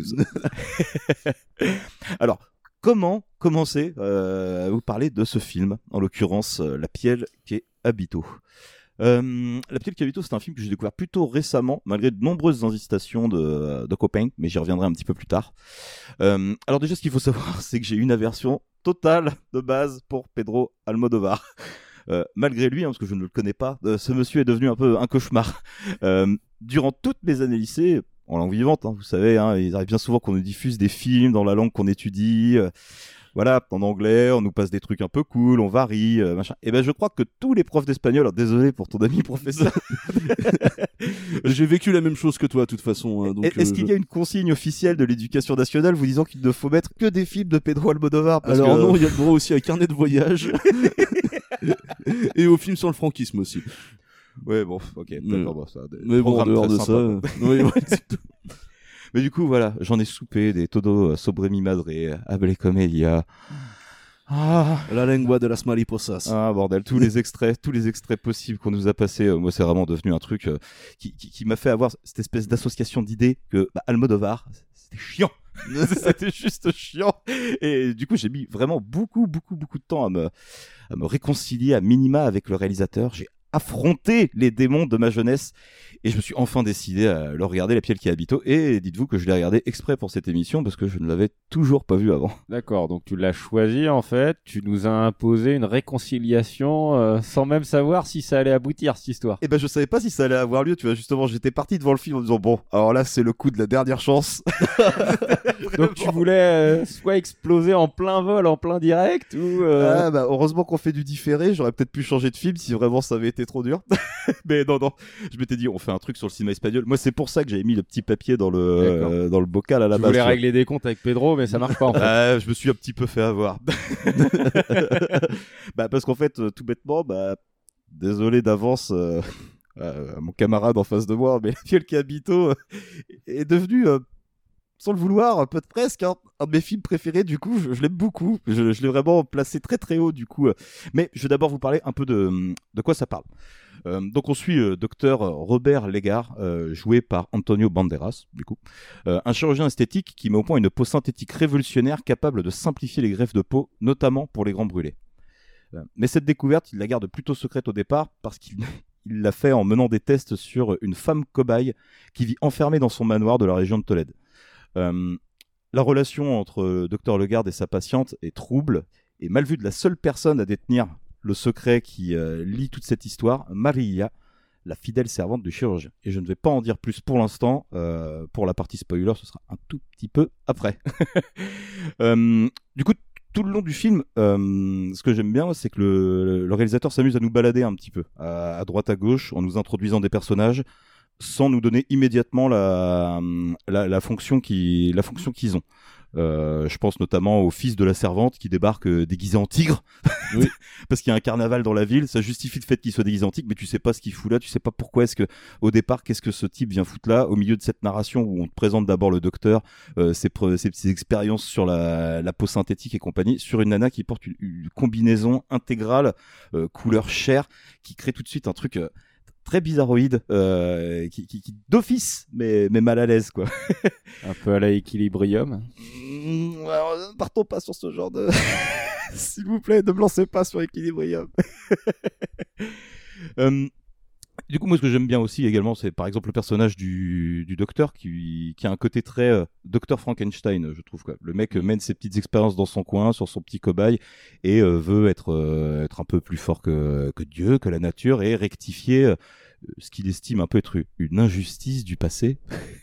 Alors, comment commencer à vous parler de ce film, en l'occurrence La piel que habito. La piel que habito, c'est un film que j'ai découvert plutôt récemment, malgré de nombreuses incitations de copains, mais j'y reviendrai un petit peu plus tard. Alors déjà, ce qu'il faut savoir, c'est que j'ai une aversion totale de base pour Pedro Almodóvar. Malgré lui, parce que je ne le connais pas, ce monsieur est devenu un peu un cauchemar. Durant toutes mes années lycée, en langue vivante, vous savez, il arrive bien souvent qu'on nous diffuse des films dans la langue qu'on étudie. Voilà, en anglais, on nous passe des trucs un peu cool, on varie, machin. Et ben, je crois que tous les profs d'espagnol, alors désolé pour ton ami professeur. J'ai vécu la même chose que toi, de toute façon. Donc, est-ce qu'il y a une consigne officielle de l'éducation nationale vous disant qu'il ne faut mettre que des films de Pedro Almodóvar? Alors non, il y a le droit aussi à carnet de voyage. Et au film sur le franquisme aussi. Ouais, bon, ok. Bon, ça, mais bon, en dehors de ça... Oui, ouais, mais du coup, voilà, j'en ai soupé des todo sobre mi madre, hable comedia. La lengua de las mariposas. Ah, bordel, tous les extraits possibles qu'on nous a passés, moi, c'est vraiment devenu un truc qui m'a fait avoir cette espèce d'association d'idées que Almodóvar, c'était chiant. C'était juste chiant. Et du coup, j'ai mis vraiment beaucoup de temps à me réconcilier à minima avec le réalisateur. J'ai affronté les démons de ma jeunesse et je me suis enfin décidé à le regarder, La piel que habito, et dites-vous que je l'ai regardé exprès pour cette émission parce que je ne l'avais toujours pas vu avant. D'accord, donc tu l'as choisi en fait, tu nous as imposé une réconciliation sans même savoir si ça allait aboutir cette histoire. Et ben je savais pas si ça allait avoir lieu, tu vois, justement j'étais parti devant le film en disant bon, alors là c'est le coup de la dernière chance. Donc tu voulais soit exploser en plein vol, en plein direct ou Ah bah heureusement qu'on fait du différé, j'aurais peut-être pu changer de film si vraiment ça avait été trop dur. Mais non, je m'étais dit on fait un truc sur le cinéma espagnol. Moi c'est pour ça que j'avais mis le petit papier dans le bocal à la base. Tu voulais régler des comptes avec Pedro mais ça marche pas en fait. Je me suis un petit peu fait avoir. Parce qu'en fait tout bêtement, désolé d'avance à mon camarade en face de moi, mais La piel que habito est devenu sans le vouloir, peut-être presque, un de mes films préférés, du coup, je l'aime beaucoup. Je l'ai vraiment placé très très haut, du coup. Mais je vais d'abord vous parler un peu de quoi ça parle. Donc on suit docteur Robert Legard, joué par Antonio Banderas, du coup. Un chirurgien esthétique qui met au point une peau synthétique révolutionnaire capable de simplifier les greffes de peau, notamment pour les grands brûlés. Mais cette découverte, il la garde plutôt secrète au départ, parce qu'il l'a fait en menant des tests sur une femme cobaye qui vit enfermée dans son manoir de la région de Tolède. La relation entre Dr Legard et sa patiente est trouble et mal vue de la seule personne à détenir le secret qui lie toute cette histoire, Maria, la fidèle servante du chirurgien. Et je ne vais pas en dire plus pour l'instant. Pour la partie spoiler, ce sera un tout petit peu après. Du coup, tout le long du film, ce que j'aime bien, c'est que le réalisateur s'amuse à nous balader un petit peu, à droite, à gauche, en nous introduisant des personnages, sans nous donner immédiatement la fonction qu'ils ont. Je pense notamment au fils de la servante qui débarque déguisé en tigre, oui. Parce qu'il y a un carnaval dans la ville, ça justifie le fait qu'il soit déguisé en tigre, mais tu sais pas ce qu'il fout là, tu sais pas pourquoi au départ, qu'est-ce que ce type vient foutre là, au milieu de cette narration où on te présente d'abord le docteur, ses expériences sur la peau synthétique et compagnie, sur une nana qui porte une combinaison intégrale, couleur chair, qui crée tout de suite un truc... très bizarroïde, qui d'office, mais mal à l'aise, quoi. Un peu à la Equilibrium. Alors, partons pas sur ce genre de... S'il vous plaît, ne me lancez pas sur Equilibrium. Du coup, moi, ce que j'aime bien aussi également, c'est par exemple le personnage du docteur qui a un côté très docteur Frankenstein, je trouve, quoi. Le mec mène ses petites expériences dans son coin, sur son petit cobaye, et veut être un peu plus fort que Dieu, que la nature, et rectifier ce qu'il estime un peu être une injustice du passé.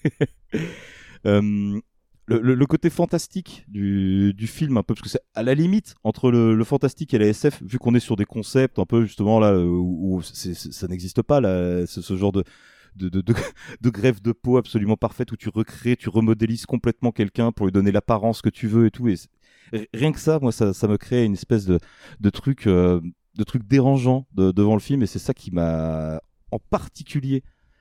Le côté fantastique du film, un peu, parce que c'est à la limite entre le fantastique et la SF, vu qu'on est sur des concepts un peu justement là où ça n'existe pas là, ce genre de greffe de peau absolument parfaite où tu recrées, tu remodélises complètement quelqu'un pour lui donner l'apparence que tu veux et tout. Et rien que ça, moi, ça me crée une espèce de truc dérangeant devant le film, et c'est ça qui m'a en particulier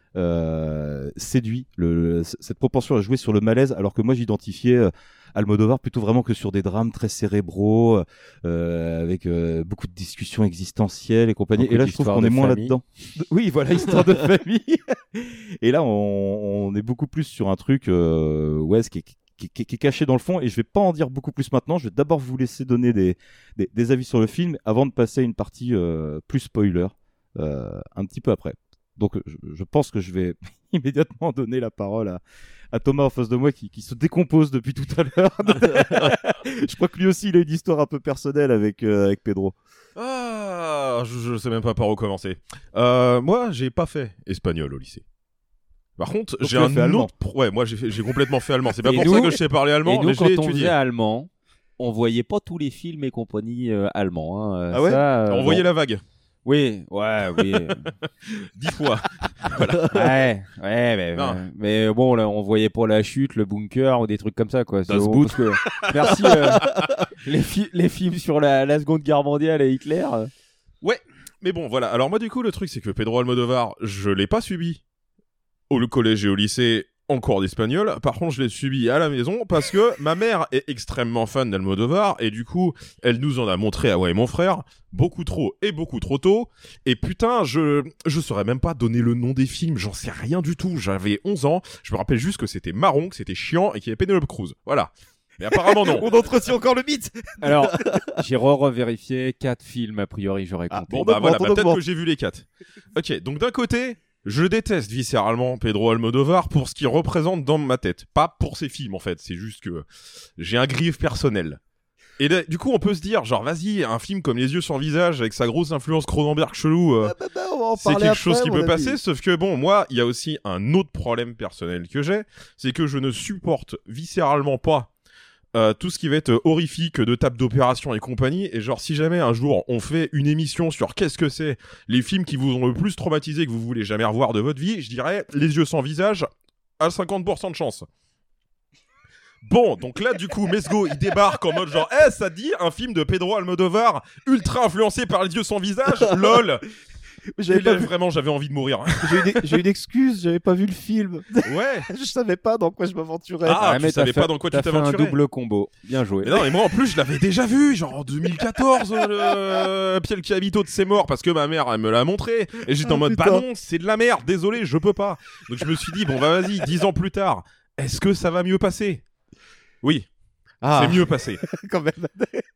séduit, cette propension à jouer sur le malaise, alors que moi j'identifiais Almodovar plutôt vraiment que sur des drames très cérébraux, avec beaucoup de discussions existentielles et compagnie. Et là je trouve qu'on est moins là-dedans. Oui, voilà, histoire de famille. Et là on est beaucoup plus sur un truc ce qui est caché dans le fond, et je vais pas en dire beaucoup plus maintenant. Je vais d'abord vous laisser donner des avis sur le film avant de passer à une partie plus spoiler un petit peu après. Donc je pense que je vais immédiatement donner la parole à Thomas en face de moi qui se décompose depuis tout à l'heure. Je crois que lui aussi il a une histoire un peu personnelle avec Pedro. Ah, je sais même pas par où commencer. Moi j'ai pas fait espagnol au lycée. Par contre, donc j'ai un autre... Ouais, moi j'ai complètement fait allemand. C'est pas pour ça que je sais parler allemand, mais je l'ai étudié. Quand on faisait allemand, on voyait pas tous les films et compagnie allemands. Ah ouais, on voyait la vague. Oui. 10 fois. Voilà. Mais bon, là, on voyait pas la chute, le bunker ou des trucs comme ça, quoi. Merci. Les films sur la Seconde Guerre mondiale et Hitler. Ouais, mais bon, voilà. Alors moi, du coup, le truc, c'est que Pedro Almodovar, je l'ai pas subi au collège et au lycée en cours d'espagnol. Par contre, je l'ai subi à la maison parce que ma mère est extrêmement fan d'Almodovar, et du coup, elle nous en a montré à moi et mon frère beaucoup trop et beaucoup trop tôt. Et putain, je saurais même pas donner le nom des films, j'en sais rien du tout. J'avais 11 ans, je me rappelle juste que c'était marron, que c'était chiant et qu'il y avait Penelope Cruz. Voilà. Mais apparemment non. On entretient encore le mythe. Alors, j'ai revérifié 4 films a priori, j'aurais compté. Bon bah voilà, peut-être que j'ai vu les 4. Ok, donc d'un côté, je déteste viscéralement Pedro Almodovar pour ce qu'il représente dans ma tête. Pas pour ses films en fait, c'est juste que j'ai un grief personnel. Et là, du coup, on peut se dire, genre, vas-y, un film comme Les Yeux sans visage, avec sa grosse influence Cronenberg chelou, c'est quelque chose qui peut passer, sauf que bon, moi, il y a aussi un autre problème personnel que j'ai, c'est que je ne supporte viscéralement pas tout ce qui va être horrifique de table d'opération et compagnie. Et genre, si jamais un jour on fait une émission sur qu'est-ce que c'est les films qui vous ont le plus traumatisé que vous voulez jamais revoir de votre vie, je dirais Les Yeux sans visage à 50% de chance. Bon, donc là, du coup, Mesgo, il débarque en mode genre, ça dit un film de Pedro Almodovar ultra influencé par Les Yeux sans visage, lol. Vraiment, j'avais envie de mourir. J'ai une excuse, j'avais pas vu le film. Ouais. Je savais pas dans quoi je m'aventurais. Tu savais pas dans quoi tu t'aventurais. T'as fait un double combo. Bien joué. Mais non, et moi en plus, je l'avais déjà vu, genre en 2014, Piel qui habite de ses morts, parce que ma mère, elle me l'a montré. Et j'étais en mode, bah non, c'est de la merde, désolé, je peux pas. Donc je me suis dit, bon, bah vas-y, 10 ans plus tard, est-ce que ça va mieux passer ? Oui. C'est mieux passé. Quand même.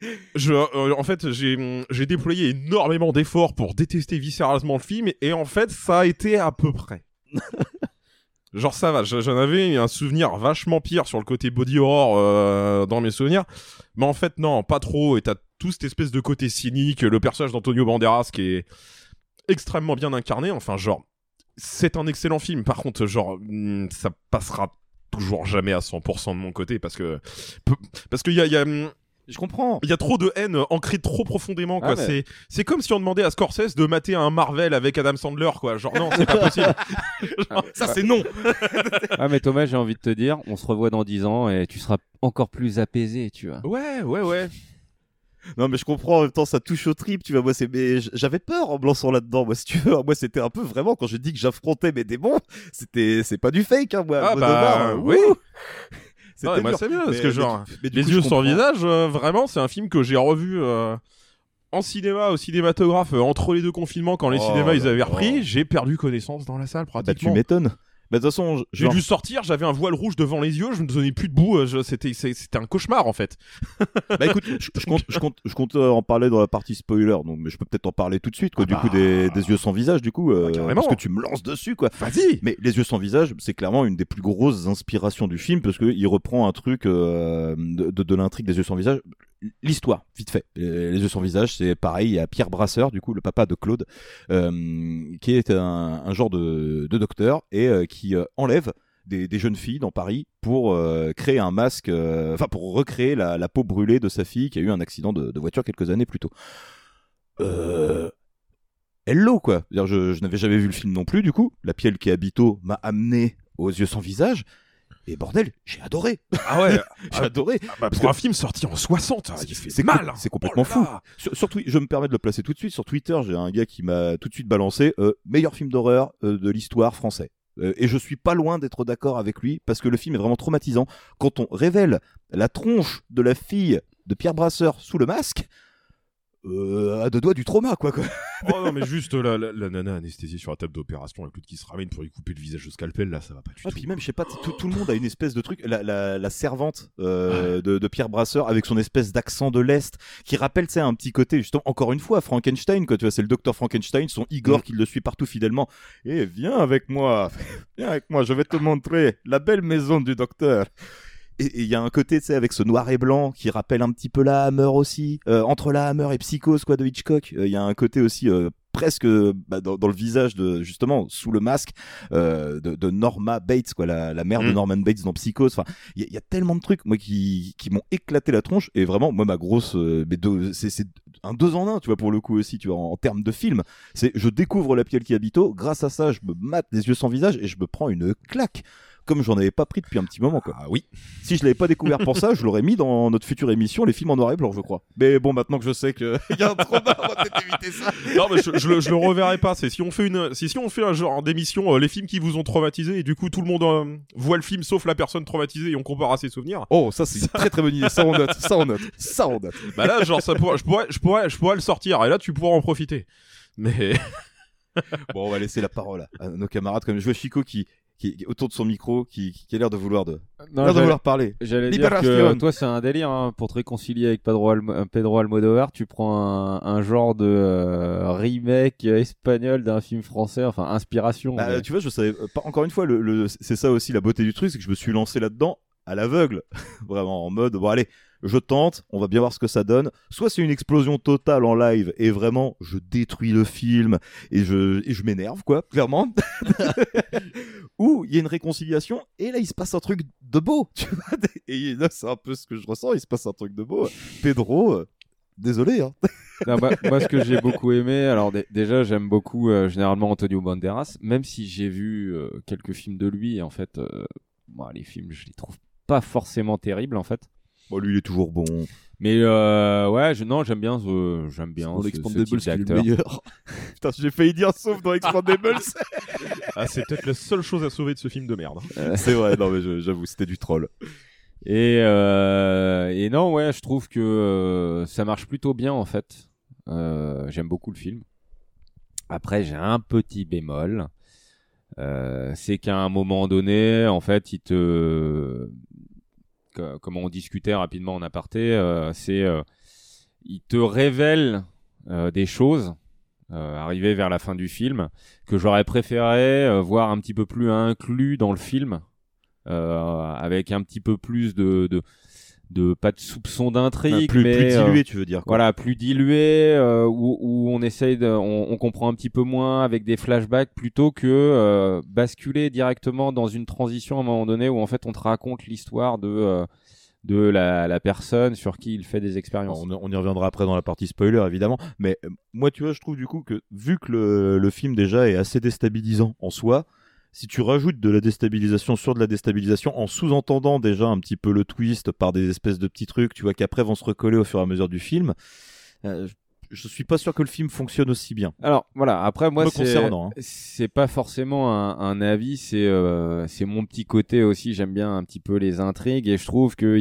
En fait, j'ai déployé énormément d'efforts pour détester viscéralement le film, et en fait, ça a été à peu près. Genre ça va, j'en avais un souvenir vachement pire sur le côté body horror dans mes souvenirs, mais en fait non, pas trop, et t'as tout cette espèce de côté cynique, le personnage d'Antonio Banderas qui est extrêmement bien incarné, enfin genre, c'est un excellent film, par contre genre, ça passera toujours jamais à 100% de mon côté, parce que y a Je comprends. Il y a trop de haine ancrée trop profondément, quoi. Ah, mais... c'est comme si on demandait à Scorsese de mater un Marvel avec Adam Sandler, quoi. Genre, non, c'est pas possible. Genre, ça, c'est non. Ah, mais Thomas, j'ai envie de te dire, on se revoit dans 10 ans et tu seras encore plus apaisé, tu vois. Ouais. Non, mais je comprends, en même temps, ça touche au trip, tu vois. Moi, mais j'avais peur en me lançant là-dedans, moi, si tu veux. Moi, c'était un peu vraiment, quand je dis que j'affrontais mes démons, c'est pas du fake, hein, moi. Ah, bah, oui. C'était moi, c'est bien, parce que genre, mais du Les coup, yeux je sans comprends. visage, vraiment, c'est un film que j'ai revu en cinéma, au cinématographe, entre les deux confinements, quand les cinémas ils avaient repris. J'ai perdu connaissance dans la salle, Bah, pratiquement. tu m'étonnes. Bah, de toute façon, J'ai dû sortir, j'avais un voile rouge devant les yeux, je me donnais plus debout, c'était un cauchemar en fait. Bah écoute, je compte en parler dans la partie spoiler, donc mais je peux peut-être en parler tout de suite, quoi. Du coup, des yeux sans visage, du coup, parce que tu me lances dessus, quoi. Vas-y. Mais les yeux sans visage, c'est clairement une des plus grosses inspirations du film, parce que il reprend un truc de l'intrigue des yeux sans visage. L'histoire, vite fait. Les yeux sans visage, c'est pareil. Il y a Pierre Brasseur, du coup, le papa de Claude, qui est un genre de docteur et qui enlève des jeunes filles dans Paris pour créer un masque, pour recréer la peau brûlée de sa fille qui a eu un accident de voiture quelques années plus tôt. Hello, quoi. Je n'avais jamais vu le film non plus, du coup. La Pielle qui habito m'a amené aux yeux sans visage. Et bordel, j'ai adoré. Ah ouais, j'ai adoré. Pour un film sorti en 60, c'est mal. C'est complètement fou. Sur je me permets de le placer tout de suite. Sur Twitter, j'ai un gars qui m'a tout de suite balancé meilleur film d'horreur de l'histoire français. Et je suis pas loin d'être d'accord avec lui parce que le film est vraiment traumatisant. Quand on révèle la tronche de la fille de Pierre Brasseur sous le masque, à deux doigts du trauma, quoi. Oh non, mais juste la nana anesthésiée sur la table d'opération avec l'autre qui se ramène pour lui couper le visage au scalpel, là, ça va pas du tout. Puis même, je sais pas, tout le monde a une espèce de truc. La servante de Pierre Brasseur avec son espèce d'accent de l'Est qui rappelle, tu sais, un petit côté, justement, encore une fois, Frankenstein, quoi. Tu vois, c'est le docteur Frankenstein, son Igor qui le suit partout fidèlement. Et viens avec moi, je vais te montrer la belle maison du docteur. Et il y a un côté, tu sais, avec ce noir et blanc qui rappelle un petit peu la Hammer aussi. Entre la Hammer et Psychose, quoi, de Hitchcock. Il y a un côté aussi presque dans le visage de, justement, sous le masque de Norma Bates, quoi, la mère de Norman Bates dans Psychose. Enfin, il y a tellement de trucs, moi, qui m'ont éclaté la tronche. Et vraiment, moi, ma grosse, c'est un 2 en 1, tu vois, pour le coup aussi, tu vois, en termes de film. Je découvre La Pielle qui habito. Grâce à ça, je me mate des yeux sans visage et je me prends une claque. Comme j'en avais pas pris depuis un petit moment, quoi. Ah oui. Si je l'avais pas découvert pour ça, je l'aurais mis dans notre future émission, les films en noir et blanc, je crois. Mais bon, maintenant que je sais qu'il y a un trauma, on va peut-être éviter ça. Non, mais je le reverrai pas. C'est si on fait un genre d'émission, les films qui vous ont traumatisé, et du coup tout le monde voit le film sauf la personne traumatisée et on compare à ses souvenirs. Oh, ça c'est une très très bonne idée. Ça on note. Bah là, genre je pourrais le sortir et là tu pourras en profiter. Mais bon, on va laisser la parole à nos camarades. Comme je vois Chico qui autour de son micro, qui a l'air de vouloir vouloir parler. J'allais dire que toi, c'est un délire, hein, pour te réconcilier avec Pedro Almodovar, tu prends un genre de remake espagnol d'un film français, enfin inspiration. Bah, tu vois, je savais pas. Encore une fois, c'est ça aussi la beauté du truc, c'est que je me suis lancé là-dedans à l'aveugle, vraiment en mode bon allez. Je tente, on va bien voir ce que ça donne. Soit c'est une explosion totale en live et vraiment je détruis le film et je m'énerve, quoi, clairement. Ou il y a une réconciliation et là il se passe un truc de beau, tu vois. Et là c'est un peu ce que je ressens, il se passe un truc de beau. Pedro, désolé, hein. Non, moi ce que j'ai beaucoup aimé, alors déjà j'aime beaucoup généralement Antonio Banderas, même si j'ai vu quelques films de lui et en fait moi les films je les trouve pas forcément terribles en fait. Bon, lui il est toujours bon. Mais ouais, j'aime bien ce type d'acteur. Putain, j'ai failli dire sauf dans Expandables. Ah, c'est peut-être la seule chose à sauver de ce film de merde. C'est vrai, non mais j'avoue, c'était du troll. Et non, ouais, je trouve que ça marche plutôt bien en fait. J'aime beaucoup le film. Après, j'ai un petit bémol. C'est qu'à un moment donné, en fait, comme on discutait rapidement en aparté, il te révèle des choses arrivées vers la fin du film que j'aurais préféré voir un petit peu plus inclus dans le film, avec un petit peu plus de pas de soupçon d'intrigue, plus mais dilué, tu veux dire, quoi. Voilà, plus dilué, où on essaye on comprend un petit peu moins avec des flashbacks plutôt que basculer directement dans une transition à un moment donné où en fait on te raconte l'histoire de la personne sur qui il fait des expériences. On y reviendra après dans la partie spoiler évidemment, mais moi tu vois je trouve du coup que vu que le film déjà est assez déstabilisant en soi, si tu rajoutes de la déstabilisation sur de la déstabilisation en sous-entendant déjà un petit peu le twist par des espèces de petits trucs tu vois qu'après vont se recoller au fur et à mesure du film, je suis pas sûr que le film fonctionne aussi bien. Alors voilà, après moi concernant, c'est pas forcément un avis, c'est mon petit côté aussi, j'aime bien un petit peu les intrigues et je trouve que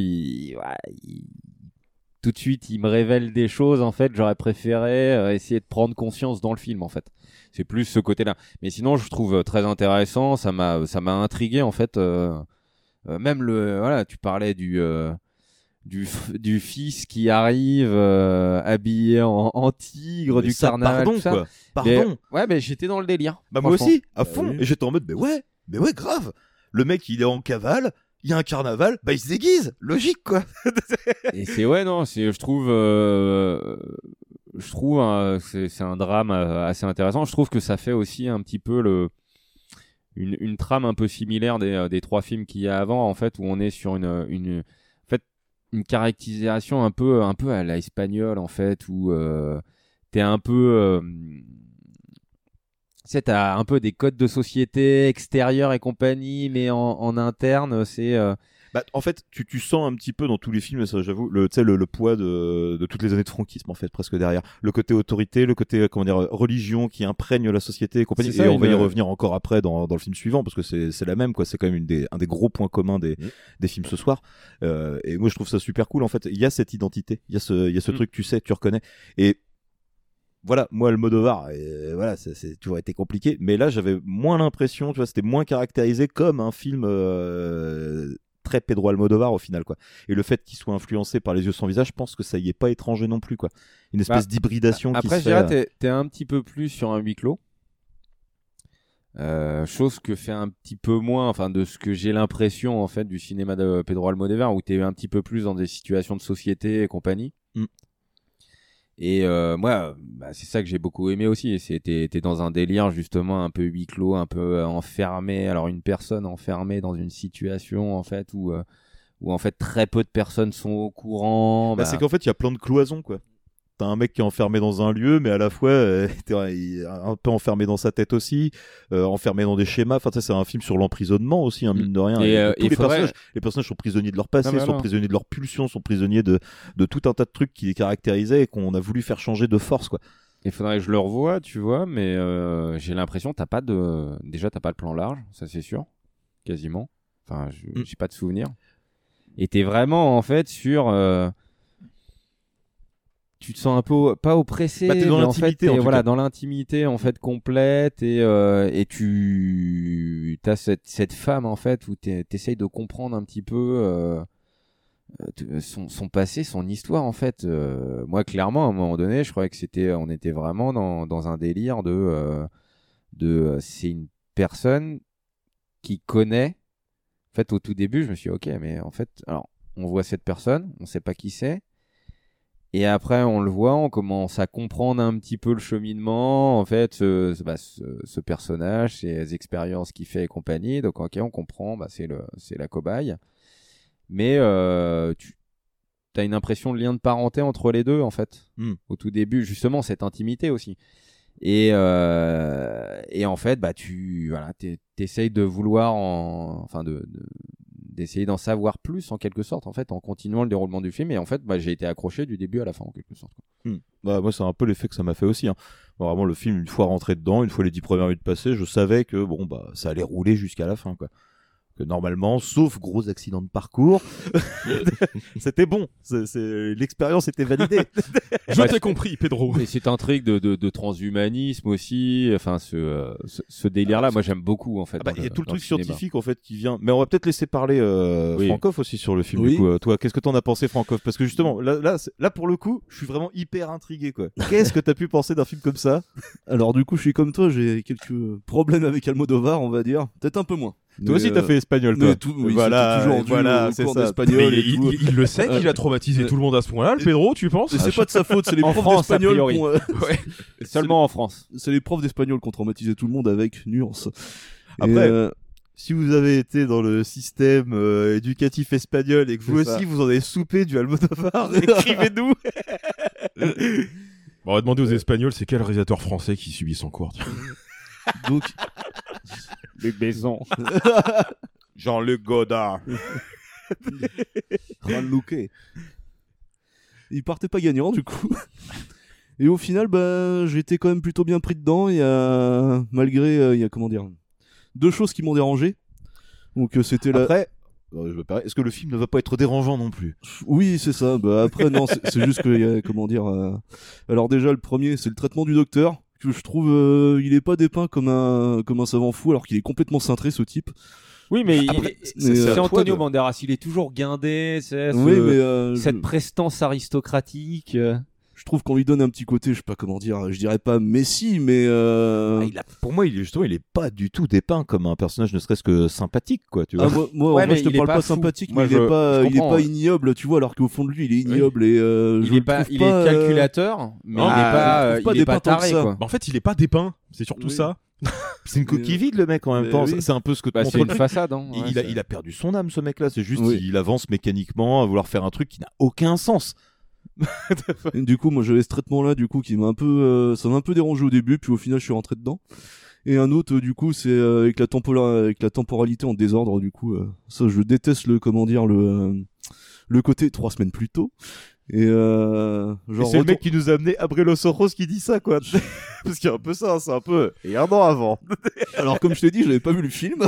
tout de suite il me révèle des choses en fait, j'aurais préféré essayer de prendre conscience dans le film en fait. C'est plus ce côté-là. Mais sinon je trouve très intéressant, ça m'a intrigué en fait, même tu parlais du fils qui arrive habillé en tigre, du carnaval, pardon, tout ça. Quoi. Pardon. Mais j'étais dans le délire. Bah moi aussi, à fond. Et j'étais en mode, mais ouais, grave. Le mec, il est en cavale, il y a un carnaval, bah il se déguise, logique quoi. Et je trouve c'est un drame assez intéressant. Je trouve que ça fait aussi un petit peu une trame un peu similaire des 3 films qu'il y a avant en fait, où on est sur une caractérisation un peu à la espagnole en fait, où t'es un peu t'as un peu des codes de société extérieurs et compagnie, mais en interne c'est en fait tu sens un petit peu dans tous les films, ça j'avoue, le poids de toutes les années de franquisme en fait, presque derrière le côté autorité, le côté religion qui imprègne la société et compagnie, et on va y revenir encore après dans le film suivant parce que c'est la même quoi, c'est quand même un des gros points communs des films ce soir, et moi je trouve ça super cool en fait, il y a cette identité, il y a ce truc tu reconnais, et voilà, moi Almodovar, c'est toujours été compliqué, mais là j'avais moins l'impression, tu vois, c'était moins caractérisé comme un film très Pedro Almodovar au final quoi. Et le fait qu'il soit influencé par Les yeux sans visage, je pense que ça y est pas étranger non plus quoi. Une espèce d'hybridation qui se fait. Après je dirais t'es un petit peu plus sur un huis clos. Chose que fait un petit peu moins, enfin de ce que j'ai l'impression en fait du cinéma de Pedro Almodovar, où t'es un petit peu plus dans des situations de société et compagnie. Et moi, c'est ça que j'ai beaucoup aimé aussi. T'es dans un délire justement un peu huis clos, un peu enfermé. Alors une personne enfermée dans une situation en fait où en fait très peu de personnes sont au courant. C'est qu'en fait il y a plein de cloisons quoi. T'as un mec qui est enfermé dans un lieu, mais à la fois il est un peu enfermé dans sa tête aussi, enfermé dans des schémas. Enfin, c'est un film sur l'emprisonnement aussi, mine de rien. Et tous les personnages sont prisonniers de leur passé, sont prisonniers de leurs pulsions, sont prisonniers de tout un tas de trucs qui les caractérisaient et qu'on a voulu faire changer de force, quoi. Il faudrait que je le revoie, tu vois, mais j'ai l'impression que t'as pas de plan large, ça c'est sûr, quasiment. Enfin, j'ai pas de souvenir. Et t'es vraiment en fait sur tu te sens un peu pas oppressé, t'es dans l'intimité, dans l'intimité en fait complète, et tu as cette femme en fait où t'essayes de comprendre un petit peu son passé, son histoire en fait. Moi clairement à un moment donné je croyais que on était vraiment dans un délire de c'est une personne qui connaît. En fait au tout début je me suis dit ok, mais en fait alors on voit cette personne, on sait pas qui c'est. Et après, on le voit, on commence à comprendre un petit peu le cheminement, en fait, ce personnage, ses expériences qu'il fait et compagnie. Donc, ok, on comprend, c'est la cobaye. Mais tu as une impression de lien de parenté entre les deux, en fait, au tout début, justement, cette intimité aussi. Et en fait, tu t'essayes de vouloir, d'essayer d'en savoir plus en quelque sorte en fait en continuant le déroulement du film, et en fait j'ai été accroché du début à la fin en quelque sorte. Moi c'est un peu l'effet que ça m'a fait aussi, hein. Vraiment le film, une fois rentré dedans, une fois les 10 premières minutes passées, je savais que ça allait rouler jusqu'à la fin quoi. Que normalement, sauf gros accident de parcours, c'était bon. L'expérience était validée. Je t'ai compris, Pedro. Et c'est un truc de transhumanisme aussi. Enfin, ce délire-là, moi j'aime beaucoup en fait. Il y a tout le truc scientifique en fait qui vient. Mais on va peut-être laisser parler Frankov aussi sur le film. Oui. Du coup, toi, qu'est-ce que t'en as pensé, Frankov? Parce que justement, là pour le coup, je suis vraiment hyper intrigué quoi. Qu'est-ce que t'as pu penser d'un film comme ça? Alors du coup, je suis comme toi, j'ai quelques problèmes avec Almodovar, on va dire. Peut-être un peu moins. Toi aussi t'as fait espagnol toi. Voilà, c'est ça. Espagnol il le sait qu'il a traumatisé tout le monde à ce point-là, le Pedro, tu penses? C'est pas de sa faute, c'est les profs d'espagnol seulement en France. C'est les profs d'espagnol qui ont traumatisé tout le monde avec nuance. Après si vous avez été dans le système éducatif espagnol et que vous aussi vous en avez soupé du Almodovar, écrivez-nous. On va demander aux Espagnols, c'est quel réalisateur français qui subit son cours. Donc, Luc Besson. Jean-Luc Godard. Ranlouquet. Il partait pas gagnant du coup. Et au final, j'ai été quand même plutôt bien pris dedans. Il y a comment dire, deux choses qui m'ont dérangé. Donc c'était Après, est-ce que le film ne va pas être dérangeant non plus? Oui, c'est ça. Après non, c'est juste que il y a, comment dire. Alors déjà le premier, c'est le traitement du docteur. Que je trouve, il est pas dépeint comme un savant fou, alors qu'il est complètement cintré ce type. Oui, mais Après, c'est Antonio Banderas, il est toujours guindé, cette prestance aristocratique. Je trouve qu'on lui donne un petit côté, je sais pas comment dire, je dirais pas Messi, mais pour moi, il est pas du tout dépeint comme un personnage, ne serait-ce que sympathique, quoi. Tu vois. Moi, je te parle pas sympathique, mais il est pas ignoble, tu vois, alors qu'au fond de lui, il est ignoble et il est calculateur, mais il est pas taré, quoi. En fait, il est pas dépeint, c'est surtout ça. C'est une coquille vide, le mec, en même temps. C'est un peu ce que c'est une façade. Hein. Il a perdu son âme, ce mec-là. C'est juste, il avance mécaniquement à vouloir faire un truc qui n'a aucun sens. Et du coup, moi, j'avais ce traitement-là, du coup, qui m'a un peu, ça m'a un peu dérangé au début, puis au final, je suis rentré dedans. Et un autre, du coup, c'est avec la temporalité en désordre, du coup, ça, je déteste le côté 3 semaines plus tôt. Et c'est le mec qui nous a amené Abrelo Soros qui dit ça, quoi. Parce qu'il y a un peu ça, c'est un peu. Et un an avant. Alors, comme je t'ai dit, je n'avais pas vu le film.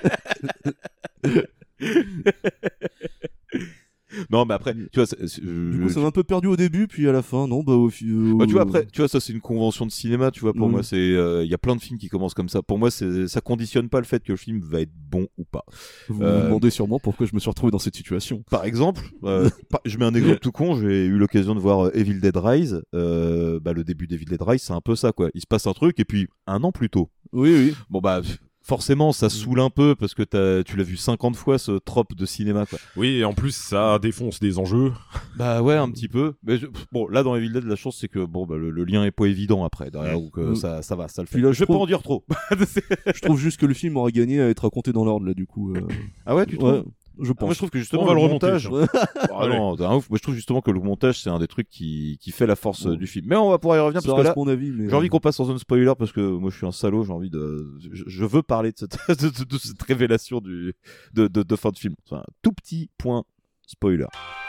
Non, mais après, tu vois, du coup, ça m'a un peu perdu au début, puis à la fin, non, tu vois, après, tu vois, ça, c'est une convention de cinéma, tu vois, pour moi, c'est, il y a plein de films qui commencent comme ça. Pour moi, ça conditionne pas le fait que le film va être bon ou pas. Vous me demandez sûrement pourquoi je me suis retrouvé dans cette situation. Par exemple, je mets un exemple tout con, j'ai eu l'occasion de voir Evil Dead Rise, le début d'Evil Dead Rise, c'est un peu ça, quoi. Il se passe un truc, et puis, un an plus tôt. Oui. Bon, forcément, ça saoule un peu parce que tu l'as vu 50 fois ce trope de cinéma, quoi. Oui, et en plus, ça défonce des enjeux. Bah ouais, un petit peu. Mais bon, là, dans Evil Dead, la chance, c'est que le lien est pas évident après. Derrière, donc ça va, ça le fait. Là, je vais pas en dire trop. Je trouve juste que le film aurait gagné à être raconté dans l'ordre, là, du coup. Ah ouais, tu trouves? Je pense. Moi, je trouve que justement, on va le remonter, montage. Non, t'es un ouf. Moi, je trouve justement que le montage, c'est un des trucs qui fait la force du film. Mais on va pouvoir y revenir parce que là, mon avis, mais j'ai envie qu'on passe en zone spoiler parce que moi, je suis un salaud. J'ai envie je veux parler de cette révélation de fin de film. C'est un tout petit point spoiler.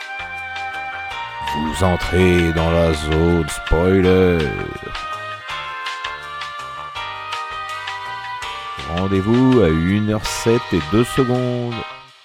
Vous entrez dans la zone spoiler. Rendez-vous à 1h07 et 2 secondes.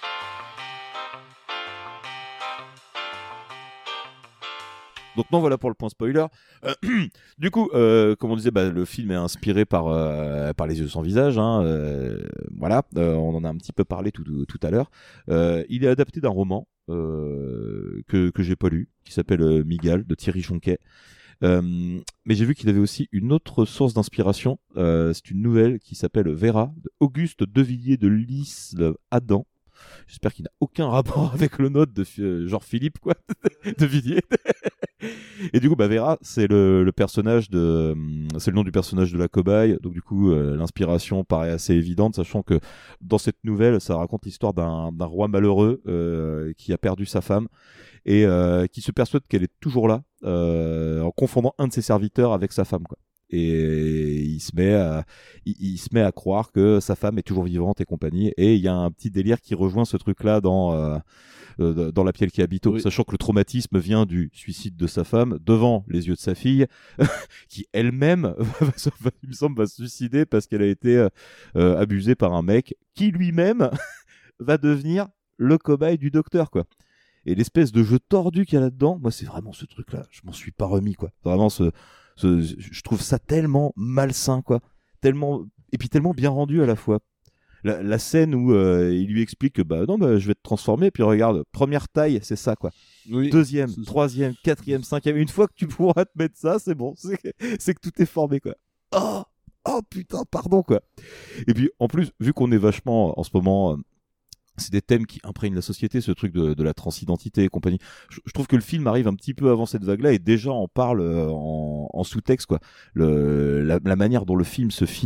Donc non, voilà pour le point spoiler. Du coup, comme on disait, le film est inspiré par Les Yeux sans visage. Hein, voilà, on en a un petit peu parlé tout à l'heure. Il est adapté d'un roman que j'ai pas lu, qui s'appelle Miguel de Thierry Jonquet. Mais j'ai vu qu'il avait aussi une autre source d'inspiration. C'est une nouvelle qui s'appelle Vera de Auguste Devilliers de L'Isle-Adam. J'espère qu'il n'a aucun rapport avec le nôtre de genre Philippe, quoi, de Villiers. Et du coup, Vera, c'est le personnage c'est le nom du personnage de la cobaye. Donc du coup, l'inspiration paraît assez évidente, sachant que dans cette nouvelle, ça raconte l'histoire d'un roi malheureux qui a perdu sa femme et qui se persuade qu'elle est toujours là, en confondant un de ses serviteurs avec sa femme, quoi. Et il se met à croire que sa femme est toujours vivante et compagnie, et il y a un petit délire qui rejoint ce truc là dans La Pielle qui habite, sachant que le traumatisme vient du suicide de sa femme devant les yeux de sa fille qui elle-même il me semble va se suicider parce qu'elle a été abusée par un mec qui lui-même va devenir le cobaye du docteur, quoi. Et l'espèce de jeu tordu qu'il y a là-dedans, moi c'est vraiment ce truc là, je m'en suis pas remis, quoi. Vraiment je trouve ça tellement malsain, quoi. Et puis tellement bien rendu à la fois. La scène où il lui explique que je vais te transformer, puis regarde, première taille, c'est ça, quoi. Oui, deuxième, troisième, quatrième, cinquième. Une fois que tu pourras te mettre ça, c'est bon, c'est que tout est formé, quoi. Oh putain, pardon, quoi. Et puis en plus, vu qu'on est vachement en ce moment. C'est des thèmes qui imprègnent la société, ce truc de la transidentité et compagnie. Je trouve que le film arrive un petit peu avant cette vague-là et déjà en parle en sous-texte, quoi. La manière dont le film se finit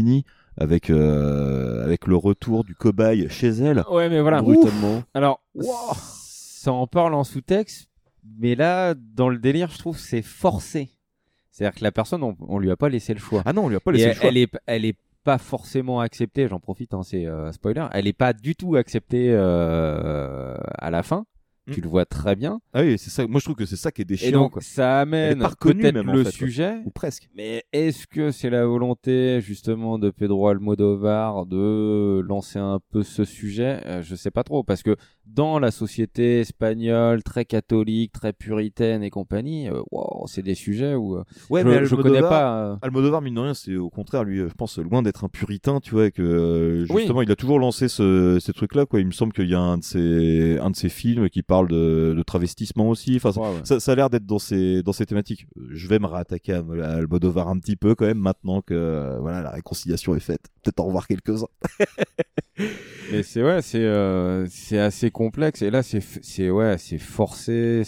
avec le retour du cobaye chez elle. Ouais, mais voilà. Brutalement. Alors, ça en parle en sous-texte, mais là, dans le délire, je trouve que c'est forcé. C'est-à-dire que la personne, on lui a pas laissé le choix. Ah non, on lui a pas laissé le choix. Elle est pas forcément acceptée, j'en profite, hein, c'est spoiler, elle est pas du tout acceptée à la fin. Tu le vois très bien. Ah oui, c'est ça. Moi, je trouve que c'est ça qui est déchirant. Et donc, quoi. ça amène peut-être même, le en fait, sujet, ou presque. Mais est-ce que c'est la volonté justement de Pedro Almodóvar de lancer un peu ce sujet ? Je sais pas trop, parce que dans la société espagnole, très catholique, très puritaine et compagnie, c'est des sujets où je connais pas. Almodóvar, mine de rien, c'est au contraire, lui, je pense, loin d'être un puritain, tu vois, et que justement, il a toujours lancé ces trucs-là, quoi. Il me semble qu'il y a un de ses films qui parle de travestissement aussi. Enfin, ça a l'air d'être dans ces thématiques. Je vais me rattaquer à Almodóvar un petit peu quand même maintenant que voilà, la réconciliation est faite. Peut-être en revoir quelques-uns. Mais c'est assez complexe. Et là, c'est forcé.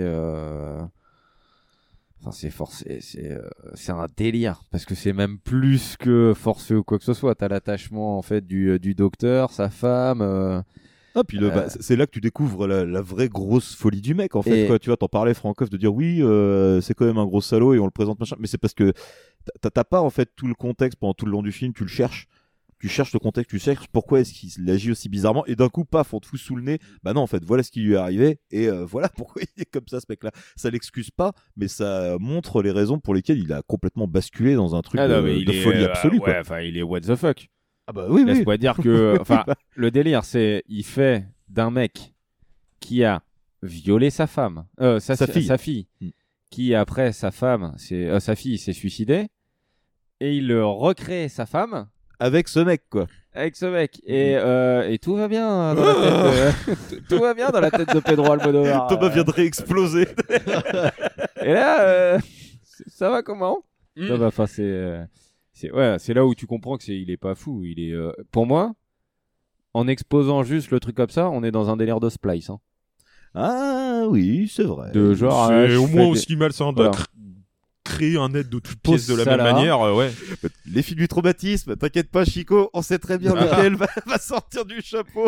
C'est forcé. C'est un délire parce que c'est même plus que forcé ou quoi que ce soit. T'as l'attachement en fait du docteur, sa femme. Ah, puis c'est là que tu découvres la vraie grosse folie du mec, en fait. Quoi. Tu vois, t'en parlais, Francoff, de dire oui, c'est quand même un gros salaud et on le présente machin. Mais c'est parce que t'as pas, en fait, tout le contexte pendant tout le long du film, tu le cherches. Tu cherches le contexte, tu cherches pourquoi est-ce qu'il agit aussi bizarrement, et d'un coup, paf, on te fout sous le nez. Bah non, en fait, voilà ce qui lui est arrivé, et voilà pourquoi il est comme ça, ce mec-là. Ça l'excuse pas, mais ça montre les raisons pour lesquelles il a complètement basculé dans un truc de folie absolue. Ouais, enfin, il est what the fuck. Ah bah oui, Laisse-moi dire que, enfin, le délire, c'est, il fait d'un mec qui a violé sa femme, sa fille, qui après sa fille s'est suicidée, et il recrée sa femme avec ce mec, quoi. Avec ce mec, et tout va bien dans la tête, tout va bien dans la tête de Pedro Almodóvar. Thomas vient de réexploser. Et là, ça va comment? Non, bah, enfin, c'est là où tu comprends que il est pas fou. Il est, pour moi, en exposant juste le truc comme ça, on est dans un délire de splice. Hein. Ah oui, c'est vrai. De genre, c'est au moins aussi malsain de créer un être de toutes pièces de la même manière. Ouais. Les films du traumatisme, t'inquiète pas, Chico, on sait très bien lequel va sortir du chapeau.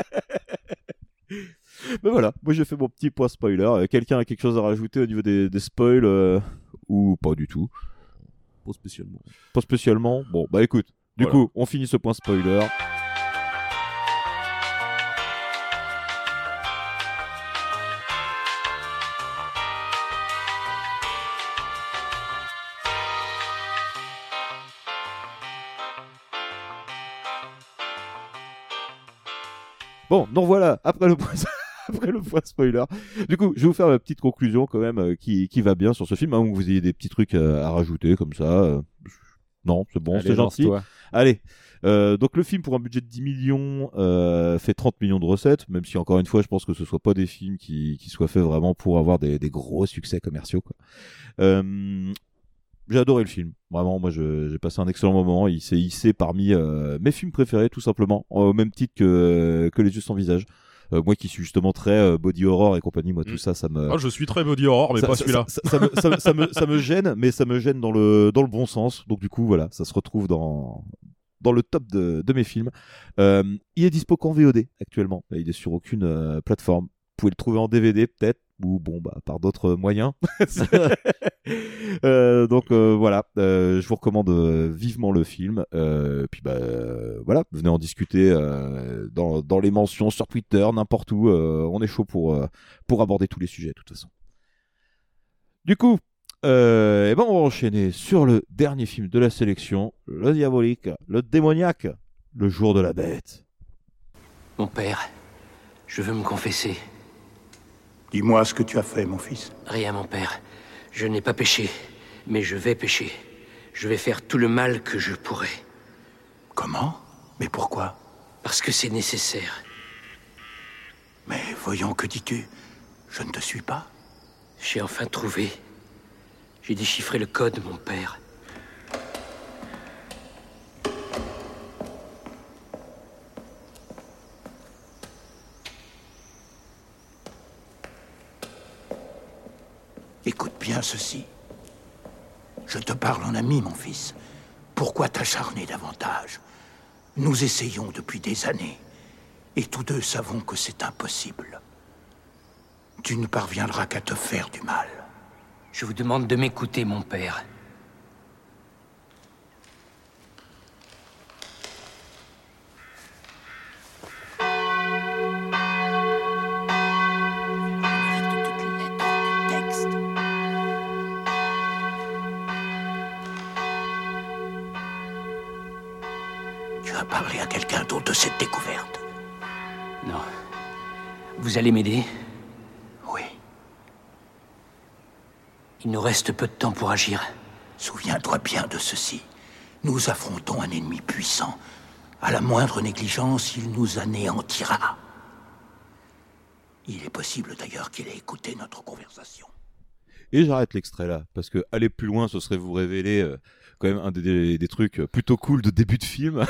Mais voilà, moi j'ai fait mon petit point spoiler. Quelqu'un a quelque chose à rajouter au niveau des spoils ou pas du tout? Pas spécialement. Pas spécialement. Bon, bah écoute, du coup, on finit ce point spoiler. Bon, donc voilà, après le point spoiler. Du coup, je vais vous faire ma petite conclusion quand même qui va bien sur ce film, où vous ayez des petits trucs à rajouter comme ça. Non, c'est bon, c'est gentil. Allez, donc le film pour un budget de 10 millions fait 30 millions de recettes, même si encore une fois, je pense que ce soit pas des films qui soient faits vraiment pour avoir des gros succès commerciaux, quoi. J'ai adoré le film, vraiment. Moi, j'ai passé un excellent moment. Il s'est hissé parmi mes films préférés, tout simplement, au même titre que Les Yeux sans visage. Moi qui suis justement très body horror et compagnie, moi tout ça me... Ah, je suis très body horror, mais pas celui-là. Ça me gêne, mais ça me gêne dans le bon sens. Donc du coup, voilà, ça se retrouve dans le top de mes films. Il est dispo qu'en VOD actuellement. Il est sur aucune plateforme. Vous pouvez le trouver en DVD peut-être, ou bon, bah, par d'autres moyens. Donc voilà, je vous recommande vivement le film. Puis bah voilà, venez en discuter dans les mentions sur Twitter, n'importe où. On est chaud pour aborder tous les sujets de toute façon. Du coup, on va enchaîner sur le dernier film de la sélection, le diabolique, le démoniaque, le jour de la bête. Mon père, je veux me confesser. Dis-moi ce que tu as fait, mon fils. Rien, mon père. Je n'ai pas péché, mais je vais pécher. Je vais faire tout le mal que je pourrai. Comment? Mais pourquoi? Parce que c'est nécessaire. Mais voyons, que dis-tu? Je ne te suis pas. J'ai enfin trouvé. J'ai déchiffré le code, mon père. Écoute bien ceci. Je te parle en ami, mon fils. Pourquoi t'acharner davantage? Nous essayons depuis des années, et tous deux savons que c'est impossible. Tu ne parviendras qu'à te faire du mal. Je vous demande de m'écouter, mon père. Tu as parlé à quelqu'un d'autre de cette découverte? Non. Vous allez m'aider? Oui. Il nous reste peu de temps pour agir. Souviens-toi bien de ceci. Nous affrontons un ennemi puissant. À la moindre négligence, il nous anéantira. Il est possible d'ailleurs qu'il ait écouté notre conversation. Et j'arrête l'extrait là, parce que aller plus loin, ce serait vous révéler quand même un des trucs plutôt cool de début de film.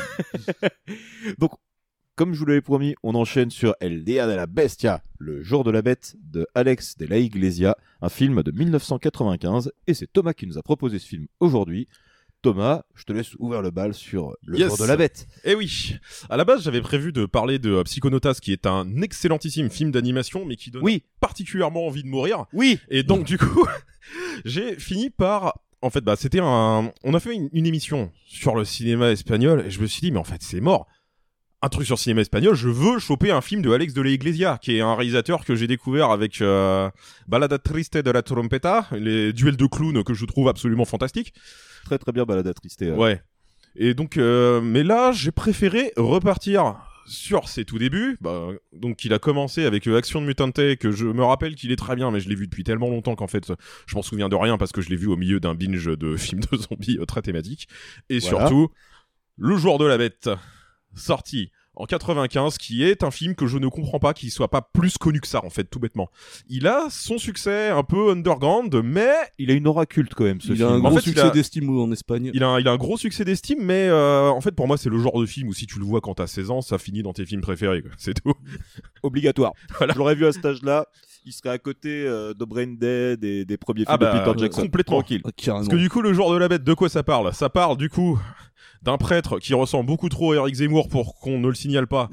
Donc, comme je vous l'avais promis, on enchaîne sur El Día de la Bestia, le jour de la bête de Alex de la Iglesia, un film de 1995, et c'est Thomas qui nous a proposé ce film aujourd'hui. Thomas, je te laisse ouvrir le bal sur le jour de la bête. Eh oui, à la base j'avais prévu de parler de Psychonautas, qui est un excellentissime film d'animation, mais qui donne particulièrement envie de mourir. Oui. Et donc du coup, j'ai fini par... En fait, c'était un... On a fait une émission sur le cinéma espagnol, et je me suis dit, mais en fait c'est mort. Un truc sur le cinéma espagnol, je veux choper un film de Alex de la Iglesia, qui est un réalisateur que j'ai découvert avec Balada Triste de la Trompeta, les duels de clowns que je trouve absolument fantastiques. Très très bien Balada Triste. Ouais. Et donc, mais là, j'ai préféré repartir sur ses tout débuts. Donc, il a commencé avec Action de Mutante, que je me rappelle qu'il est très bien, mais je l'ai vu depuis tellement longtemps qu'en fait, je m'en souviens de rien parce que je l'ai vu au milieu d'un binge de films de zombies très thématiques. Et surtout, Le Jour de la Bête, sorti en 95, qui est un film que je ne comprends pas qu'il soit pas plus connu que ça, en fait, tout bêtement. Il a son succès un peu underground, mais... Il a une aura culte quand même, ce film. Il a un gros succès d'estime en Espagne. Il a un gros succès d'estime, mais en fait, pour moi, c'est le genre de film où si tu le vois quand t'as 16 ans, ça finit dans tes films préférés, quoi. C'est tout. Obligatoire. Voilà. Je l'aurais vu à cet âge-là. Il serait à côté de Brain Dead et des premiers films de Peter Jackson. Complètement. Tranquille. Parce que du coup, Le Jour de la Bête, de quoi ça parle? Ça parle, du coup... d'un prêtre qui ressemble beaucoup trop à Eric Zemmour pour qu'on ne le signale pas.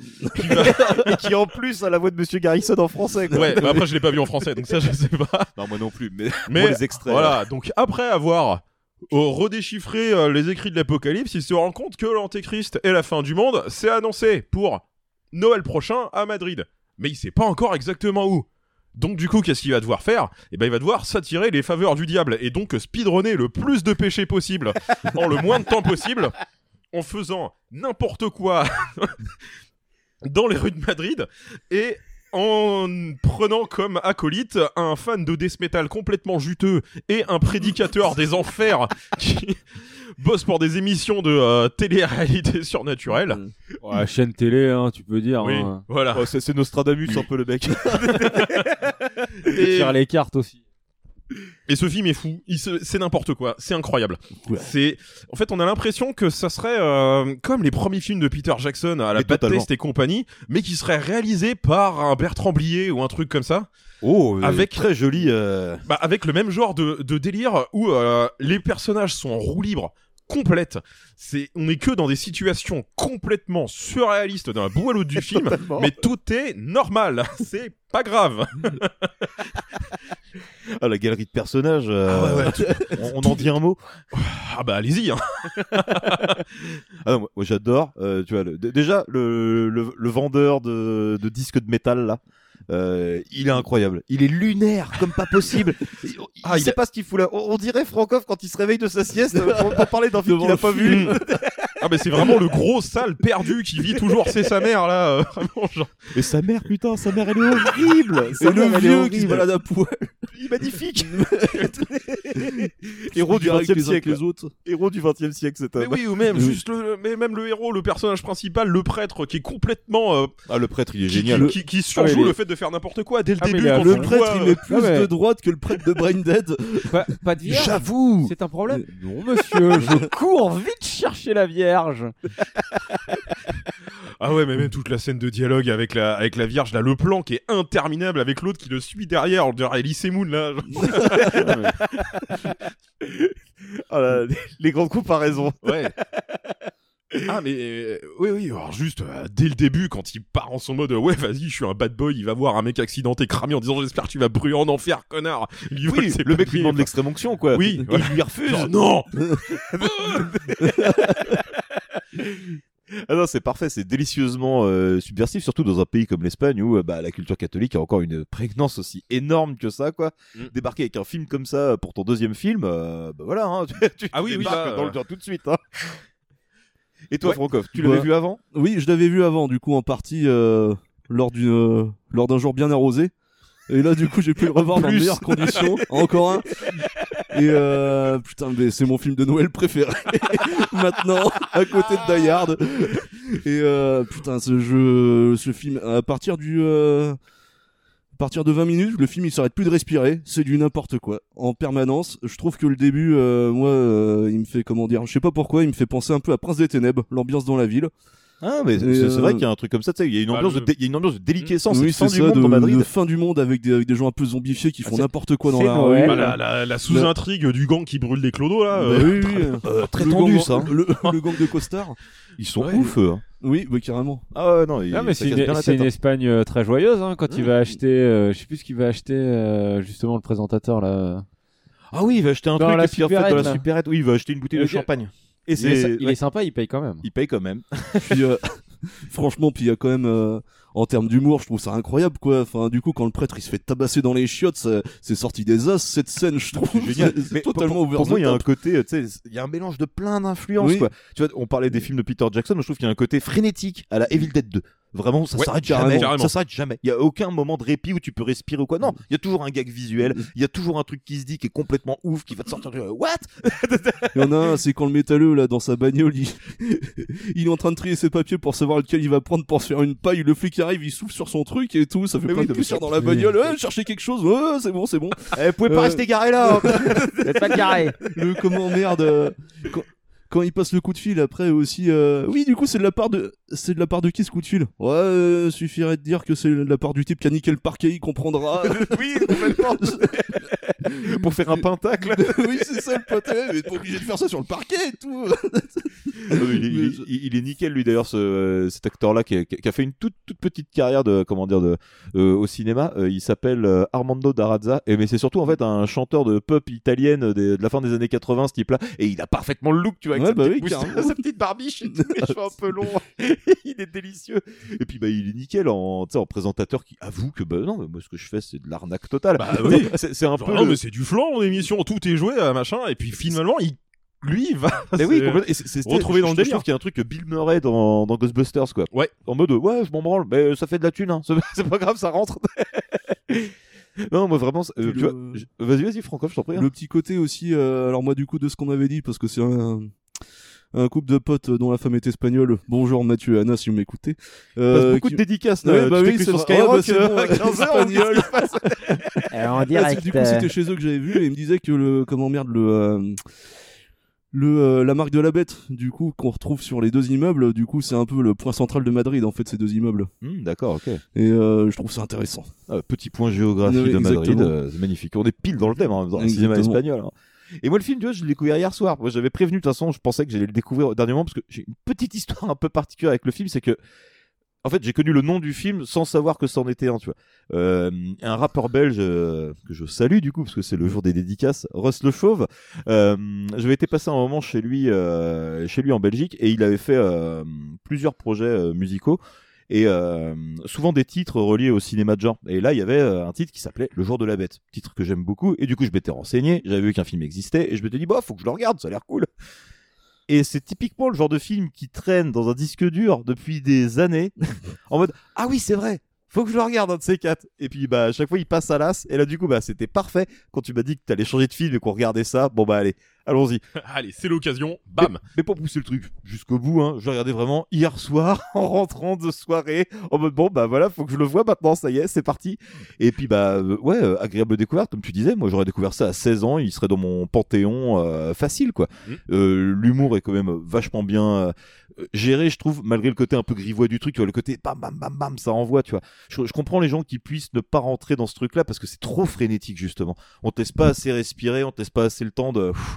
Et qui en plus a la voix de Monsieur Garrison en français, quoi. Ouais, mais après je l'ai pas vu en français, donc ça je sais pas. Non, moi non plus, mais les extraits. Voilà, donc après avoir redéchiffré les écrits de l'Apocalypse, il se rend compte que l'Antéchrist et la fin du monde, c'est annoncé pour Noël prochain à Madrid. Mais il sait pas encore exactement où. Donc du coup, qu'est-ce qu'il va devoir faire? Eh ben, il va devoir s'attirer les faveurs du diable et donc speedrunner le plus de péchés possible en le moins de temps possible, en faisant n'importe quoi dans les rues de Madrid et en prenant comme acolyte un fan de death metal complètement juteux et un prédicateur des enfers qui bosse pour des émissions de télé-réalité surnaturelle. Ouais, chaîne télé, hein, tu peux dire. Oui, hein. voilà. Oh, c'est Nostradamus un peu le mec. Et tire les cartes aussi. Et ce film est fou, c'est n'importe quoi, c'est incroyable. Ouais. En fait, on a l'impression que ça serait comme les premiers films de Peter Jackson à la Bad Taste et compagnie, mais qui serait réalisé par un Bertrand Blier ou un truc comme ça. Oh, avec très joli. Avec le même genre de délire où les personnages sont en roue libre complète. On est que dans des situations complètement surréalistes d'un bout à l'autre du film, mais tout est normal. C'est pas grave. Ah, la galerie de personnages, on en dit un mot. Ah bah allez-y. Hein. Ah non, moi j'adore. Tu vois, déjà le vendeur de disques de métal là. Il est incroyable. Il est lunaire comme pas possible. Il sait pas ce qu'il fout là. On dirait Frankov quand il se réveille de sa sieste pour parler d'un film qu'il a pas vu. Ah bah c'est vraiment le gros sale perdu qui vit toujours c'est sa mère là. Vraiment, genre. Et sa mère, putain, sa mère elle est horrible. C'est le vieux qui se balade à poil. Il est magnifique. Héros du 20e siècle. Les autres. Héros du 20e siècle, cet homme. Mais oui, ou même juste même le héros, le personnage principal, le prêtre qui est complètement. Le prêtre, il est génial. Qui surjoue le fait de faire n'importe quoi dès le début. Le prêtre, il est plus de droite que le prêtre de Brain Dead. Pas de vierge. J'avoue. C'est un problème. Non, monsieur, je cours vite chercher la vierge. Ah ouais, mais même toute la scène de dialogue avec la vierge, là, le plan qui est interminable avec l'autre qui le suit derrière, on dirait Elise Moon là. Oh là, les grandes comparaisons. Ouais. Ah mais oui alors juste dès le début quand il part en son mode ouais vas-y je suis un bad boy, il va voir un mec accidenté cramé en disant j'espère que tu vas brûler en enfer connard. Oui, le mec lui demande l'extrême onction quoi. Oui, et il lui refuse. Genre, non. Ah non, c'est parfait, c'est délicieusement subversif, surtout dans un pays comme l'Espagne où la culture catholique a encore une prégnance aussi énorme que ça, quoi. Débarquer avec un film comme ça pour ton deuxième film, voilà, hein, tu débarques dans le genre tout de suite. Hein. Et toi, Francoff, tu l'avais vu avant ? Oui, je l'avais vu avant, du coup, en partie lors d'un jour bien arrosé. Et là, du coup, j'ai pu le revoir dans de meilleures conditions. Encore un. Et putain, mais c'est mon film de Noël préféré. Maintenant, à côté de Die Hard. Et putain, ce film, à partir de 20 minutes, le film il s'arrête plus de respirer, c'est du n'importe quoi, en permanence. Je trouve que le début, il me fait, je sais pas pourquoi, il me fait penser un peu à Prince des Ténèbres, l'ambiance dans la ville. Ah, mais c'est vrai qu'il y a un truc comme ça, tu sais, il y a une ambiance de déliquescence, oui, c'est fin du monde dans Madrid. De fin du monde avec des gens un peu zombifiés qui font n'importe quoi dans la rue. La sous-intrigue du gang qui brûle des clodos là. Très tendu ça. Le gang de costards. Ils sont ouf eux. Oui, carrément. Ah ouais, non, mais c'est une Espagne très joyeuse hein, quand il va acheter, je sais plus ce qu'il va acheter justement le présentateur là. Ah oui, il va acheter un truc et puis en fait dans la supérette, oui, il va acheter une bouteille de champagne. Et il est sympa, il paye quand même. Il paye quand même. Puis franchement, puis il y a quand même en termes d'humour, je trouve ça incroyable quoi. Enfin, du coup, quand le prêtre il se fait tabasser dans les chiottes, c'est sorti des os cette scène, je trouve. Génial. C'est totalement ouvert. Pour moi, il y a un côté, tu sais, il y a un mélange de plein d'influences quoi. Tu vois, on parlait des films de Peter Jackson, je trouve qu'il y a un côté frénétique à la Evil Dead 2. Vraiment, ça s'arrête jamais. Ça s'arrête jamais. Il y a aucun moment de répit où tu peux respirer ou quoi. Non, il y a toujours un gag visuel. Il y a toujours un truc qui se dit qui est complètement ouf, qui va te sortir de what. Il y en a un, c'est quand le métalleux là dans sa bagnole, il est en train de trier ses papiers pour savoir lequel il va prendre pour se faire une paille. Le flic arrive, il souffle sur son truc et tout. Ça fait plein de poussière dans la bagnole. Cherchez quelque chose. C'est bon. Vous pouvez pas rester garé là. Vous êtes pas garé. Quand il passe le coup de fil après aussi oui du coup c'est de la part de qui ce coup de fil suffirait de dire que c'est de la part du type qui a niqué le parquet, il comprendra. Oui, complètement. Pour faire un pentacle. Oui, c'est ça le potet, mais t'es pas obligé de faire ça sur le parquet et tout. Il est nickel lui d'ailleurs cet acteur là qui a fait une toute petite carrière au cinéma. Il s'appelle Armando Darazza mais c'est surtout en fait un chanteur de pop italienne de la fin des années 80 ce type là, et il a parfaitement le look tu vois avec sa petite barbiche et tout, les cheveux un peu longs. Il est délicieux et puis il est nickel en présentateur qui avoue que non mais moi ce que je fais c'est de l'arnaque totale. Oui. C'est un peu mais c'est du flan en émission, tout est joué machin et puis finalement il va se retrouver dans le délire. Je trouve qu'il y a un truc que Bill Murray dans Ghostbusters quoi. Ouais. En mode je m'en branle, mais ça fait de la thune hein. C'est pas grave, ça rentre. Non, moi vraiment, vas-y Francoff, je t'en prie. Hein. Le petit côté aussi, alors moi du coup de ce qu'on avait dit, parce que c'est un couple de potes dont la femme est espagnole. Bonjour Mathieu et Anna si vous m'écoutez. Beaucoup de dédicaces là. Oui, c'est sur Skyrock. À 15h en direct. Du coup c'était chez eux que j'avais vu et ils me disaient que la marque de la bête, du coup, qu'on retrouve sur les deux immeubles, du coup, c'est un peu le point central de Madrid, en fait, ces deux immeubles. D'accord, ok. Et je trouve ça intéressant. Petit point géographique de Madrid, c'est magnifique. On est pile dans le thème, dans le cinéma espagnol. Hein. Et moi, le film, tu vois, je l'ai découvert hier soir. Moi, j'avais prévenu, de toute façon, je pensais que j'allais le découvrir dernièrement, parce que j'ai une petite histoire un peu particulière avec le film, c'est que en fait, j'ai connu le nom du film sans savoir que c'en était un, tu vois. Un rappeur belge que je salue du coup parce que c'est le jour des dédicaces, Russ Le Chauve. J'avais été passer un moment chez lui en Belgique et il avait fait plusieurs projets musicaux et souvent des titres reliés au cinéma de genre. Et là, il y avait un titre qui s'appelait Le Jour de la Bête, titre que j'aime beaucoup. Et du coup, je m'étais renseigné, j'avais vu qu'un film existait et je m'étais dit faut que je le regarde, ça a l'air cool. Et c'est typiquement le genre de film qui traîne dans un disque dur depuis des années, en mode ah oui c'est vrai, faut que je le regarde un de ces quatre. Et puis à chaque fois il passe à l'as. Et là du coup c'était parfait quand tu m'as dit que t'allais changer de film et qu'on regardait ça. Bon allez, allons-y. Allez, c'est l'occasion, bam. Mais pour pousser le truc jusqu'au bout, je regardais vraiment hier soir en rentrant de soirée en mode voilà, faut que je le vois maintenant, ça y est, c'est parti. Et puis agréable découverte comme tu disais. Moi j'aurais découvert ça à 16 ans, il serait dans mon panthéon facile quoi. L'humour est quand même vachement bien géré, je trouve, malgré le côté un peu grivois du truc, tu vois, le côté bam bam bam bam, ça envoie, tu vois. Je comprends les gens qui puissent ne pas rentrer dans ce truc là parce que c'est trop frénétique justement. On te laisse pas assez respirer, on te laisse pas assez le temps de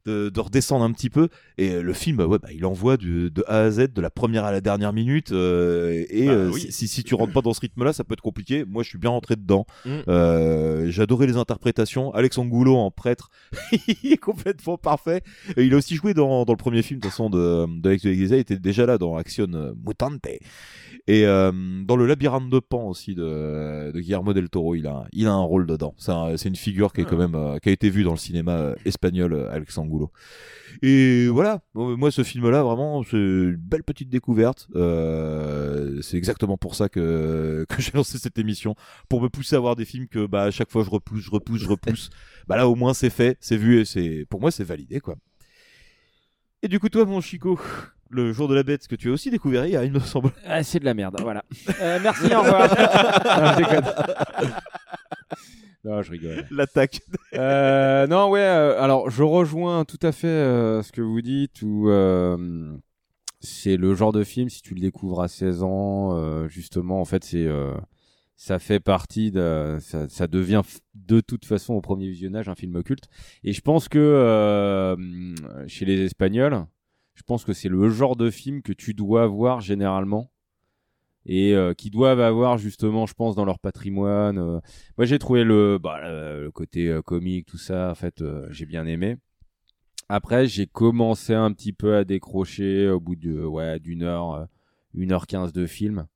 de redescendre un petit peu. Et le film, il envoie de A à Z, de la première à la dernière minute. Oui. si tu rentres pas dans ce rythme-là, ça peut être compliqué. Moi, je suis bien rentré dedans. J'ai adoré les interprétations. Alex Angulo en prêtre, il est complètement parfait. Et il a aussi joué dans le premier film, de toute façon, d'Alex de Iglesia. Il était déjà là dans Action Mutante. Et dans le labyrinthe de Pan aussi de Guillermo del Toro, il a un rôle dedans. C'est une figure qui est quand même qui a été vue dans le cinéma espagnol, Alex Angulo. Et voilà, moi ce film-là vraiment c'est une belle petite découverte. C'est exactement pour ça que j'ai lancé cette émission, pour me pousser à voir des films que à chaque fois je repousse. Là au moins c'est fait, c'est vu et pour moi c'est validé quoi. Et du coup toi mon Chico, le jour de la bête, que tu as aussi découvert hier, il me semble. C'est de la merde, voilà. Merci, au revoir. Non, je déconne. Non, je rigole. L'attaque. Non, ouais, alors je rejoins tout à fait ce que vous dites, où c'est le genre de film, si tu le découvres à 16 ans, justement, en fait, ça fait partie ça devient de toute façon au premier visionnage un film culte. Et je pense que chez les Espagnols, je pense que c'est le genre de film que tu dois voir généralement et qui doivent avoir justement, je pense, dans leur patrimoine. Moi, j'ai trouvé le côté comique, tout ça, en fait, j'ai bien aimé. Après, j'ai commencé un petit peu à décrocher au bout d'une heure, 1h15 de film.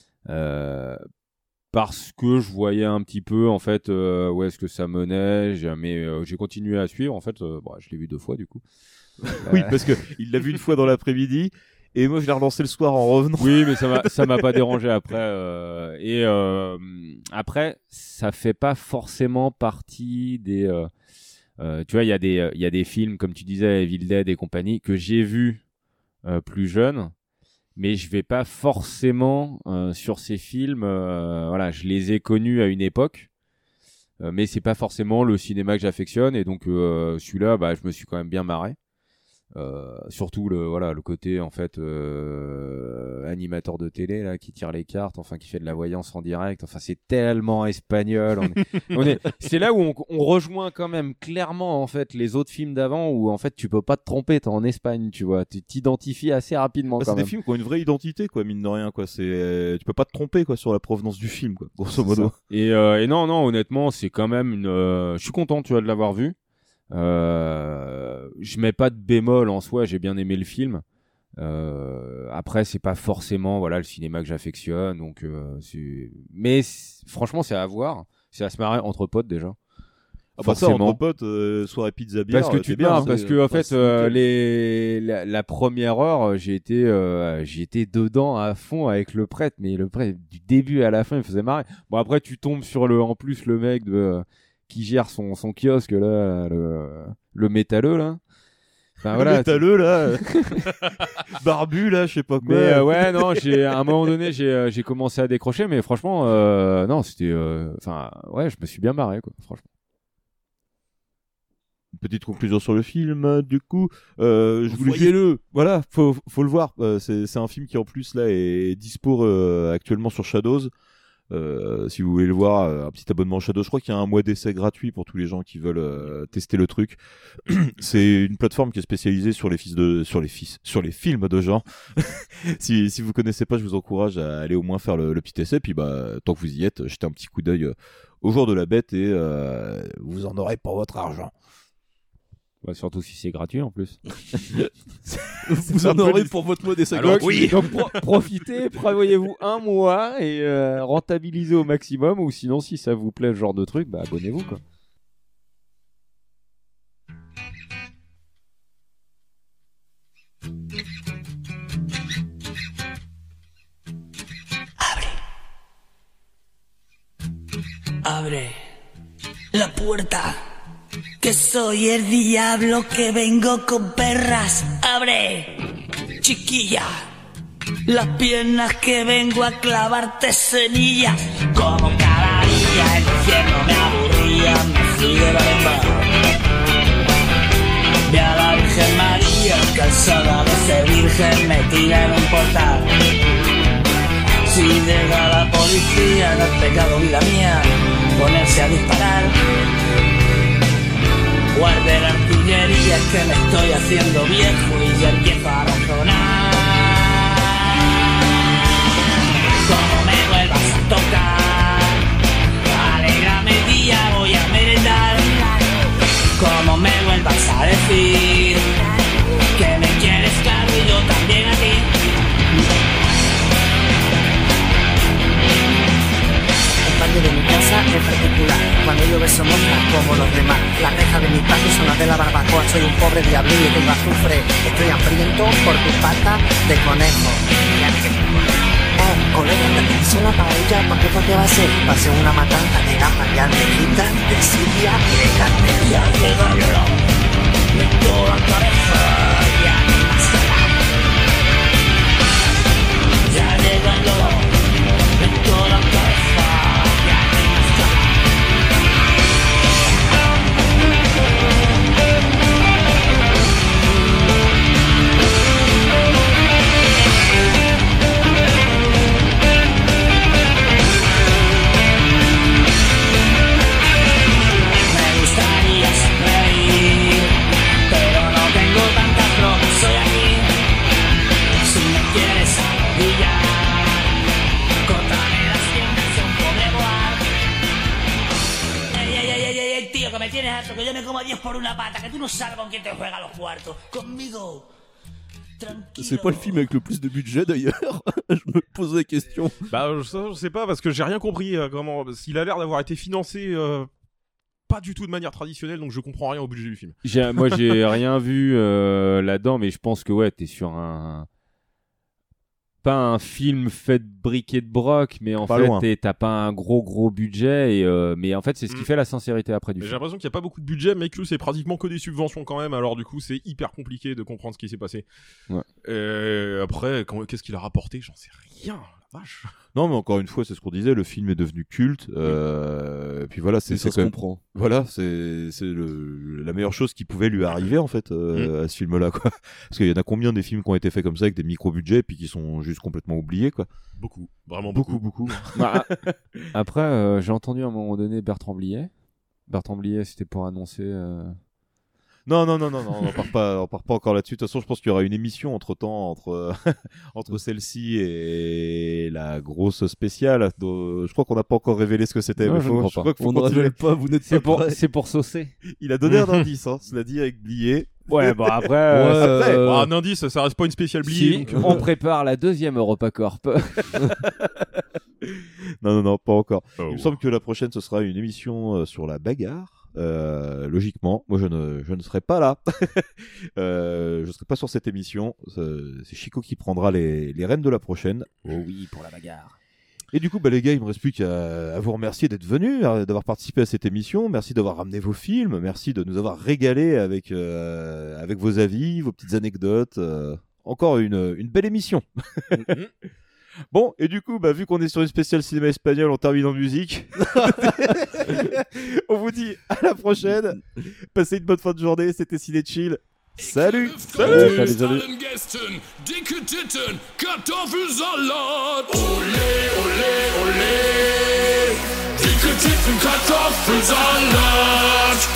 Parce que je voyais un petit peu, en fait, où est-ce que ça menait. Mais j'ai continué à suivre, en fait. Je l'ai vu 2 fois, du coup. Oui, parce que il l'a vu une fois dans l'après-midi et moi je l'ai relancé le soir en revenant. Oui, mais ça m'a pas dérangé après. Après, ça fait pas forcément partie des. Tu vois, il y a des films comme tu disais, Evil Dead et compagnie, que j'ai vus plus jeune, mais je vais pas forcément sur ces films. Je les ai connus à une époque. Mais c'est pas forcément le cinéma que j'affectionne, et donc celui-là, je me suis quand même bien marré. Surtout le côté en fait animateur de télé là qui tire les cartes, enfin qui fait de la voyance en direct, enfin c'est tellement espagnol. C'est là où on rejoint quand même clairement en fait les autres films d'avant, où en fait tu peux pas te tromper, t'es en Espagne, tu vois, tu t'identifies assez rapidement. C'est des films qui ont une vraie identité quoi, mine de rien quoi. Tu peux pas te tromper quoi sur la provenance du film quoi, grosso modo. Et non honnêtement c'est quand même je suis content tu vois de l'avoir vu. Je mets pas de bémol en soi, j'ai bien aimé le film. Après c'est pas forcément le cinéma que j'affectionne, donc mais franchement c'est à voir, c'est à se marrer entre potes déjà. Ça entre potes, soirée pizza bière. Parce que tu te marres, parce que en fait la première heure j'ai été dedans à fond avec le prêtre, mais le prêtre du début à la fin il me faisait marrer. Bon après tu tombes sur en plus le mec qui gère son kiosque là, le métalleux là. Enfin, le métalleux là, barbu là, je sais pas quoi. Mais à un moment donné j'ai commencé à décrocher, mais franchement non c'était, je me suis bien marré quoi, franchement. Petite conclusion sur le film, du coup, voyez-le. Voilà, faut le voir. C'est un film qui en plus là est dispo actuellement sur Shadows. Si vous voulez le voir, un petit abonnement Shadows. Je crois qu'il y a un mois d'essai gratuit pour tous les gens qui veulent tester le truc. C'est une plateforme qui est spécialisée sur les films de genre. si vous connaissez pas, je vous encourage à aller au moins faire le petit essai. Puis tant que vous y êtes, jetez un petit coup d'œil au jour de la bête et vous en aurez pour votre argent. Surtout si c'est gratuit en plus. Vous en aurez pour votre mot d'essai gratuit. Oui. Donc profitez, prévoyez-vous un mois et rentabilisez au maximum, ou sinon si ça vous plaît ce genre de truc, abonnez-vous quoi. Abre la puerta. Que soy el diablo que vengo con perras. Abre, chiquilla, las piernas que vengo a clavarte semillas. Como cada día el infierno me aburría, me fui de la lengua. Vi a la Virgen María calzada de ser virgen, metida en un portal. Si llega la policía, no es pecado vida mía ponerse a disparar. Guarde el artillería. tontería es que me estoy haciendo viejo y ya empiezo a razonar. Como me vuelvas a tocar, alégrame el día, voy a merendar. Como me vuelvas a decir que me quieres claro y yo también a ti. El patio de mi casa es particular. Cuando llueve somos como los demás. Las rejas de mi patio son las de la barbacoa. Soy un pobre diablillo y tengo azufre. Estoy hambriento por tu pata de conejo. Colega, ¿te hizo la paella? ¿Por qué va a ser? Va a ser una matanza de gafas y aldejitas, de Siria y de carne. Ya llega el reloj, de toda la cabeza, ya ni más que nada. Ya llega el reloj, de toda la cabeza, ya ni más que nada. Que me tienes harto, que yo me como a 10 por una pata, que tú no sabes con quién te juega los cuartos. Conmigo. Tranquilo. C'est pas le film avec le plus de budget d'ailleurs. Je me pose la question. Bah je sais pas parce que j'ai rien compris comment s'il a l'air d'avoir été financé pas du tout de manière traditionnelle, donc je comprends rien au budget du film. Moi j'ai rien vu là-dedans, mais je pense que ouais, t'es sur pas un film fait de briques et de broc, mais en pas fait t'as pas un gros budget mais en fait c'est ce qui fait la sincérité après du film. J'ai l'impression qu'il y a pas beaucoup de budget, mais que c'est pratiquement que des subventions quand même, alors du coup c'est hyper compliqué de comprendre ce qui s'est passé. Ouais. Et après qu'est-ce qu'il a rapporté, j'en sais rien, la vache. Non, mais encore une fois, c'est ce qu'on disait, le film est devenu culte. Et puis voilà, c'est ça se comprend. Voilà, c'est la meilleure chose qui pouvait lui arriver en fait à ce film-là, quoi. Parce qu'il y en a combien des films qui ont été faits comme ça avec des micro-budgets puis qui sont juste complètement oubliés, quoi. Beaucoup, vraiment beaucoup. Bah, après, j'ai entendu à un moment donné Bertrand Blier. Bertrand Blier, c'était pour annoncer. Non, on part pas encore là-dessus. De toute façon, je pense qu'il y aura une émission entre-temps entre celle-ci et la grosse spéciale. Je crois qu'on n'a pas encore révélé ce que c'était. Non, mais je ne crois pas. On ne révèle pas, vous n'êtes pas prêts. C'est pour saucer. Il a donné un indice, hein, cela dit avec Blier. Ouais, bon après... un indice, ça reste pas une spéciale Blier. Si, donc... on prépare la 2e EuropaCorp. Non, pas encore. Oh, Il me semble que la prochaine, ce sera une émission sur la bagarre. Logiquement, moi je ne serai pas là. Je serai pas sur cette émission. C'est Chico qui prendra les rênes de la prochaine. Oh oui, pour la bagarre. Et du coup, les gars, il me reste plus qu'à vous remercier d'être venus, d'avoir participé à cette émission. Merci d'avoir ramené vos films. Merci de nous avoir régalé avec vos avis, vos petites anecdotes. Encore une belle émission. Bon, et du coup, vu qu'on est sur une spéciale cinéma espagnol, on termine en musique. On vous dit à la prochaine. Passez une bonne fin de journée. C'était Ciné Chill. Salut. Salut. Dicke Titten, Kartoffelsalat. Ole, ole, ole. Dicke Titten, Kartoffelsalat.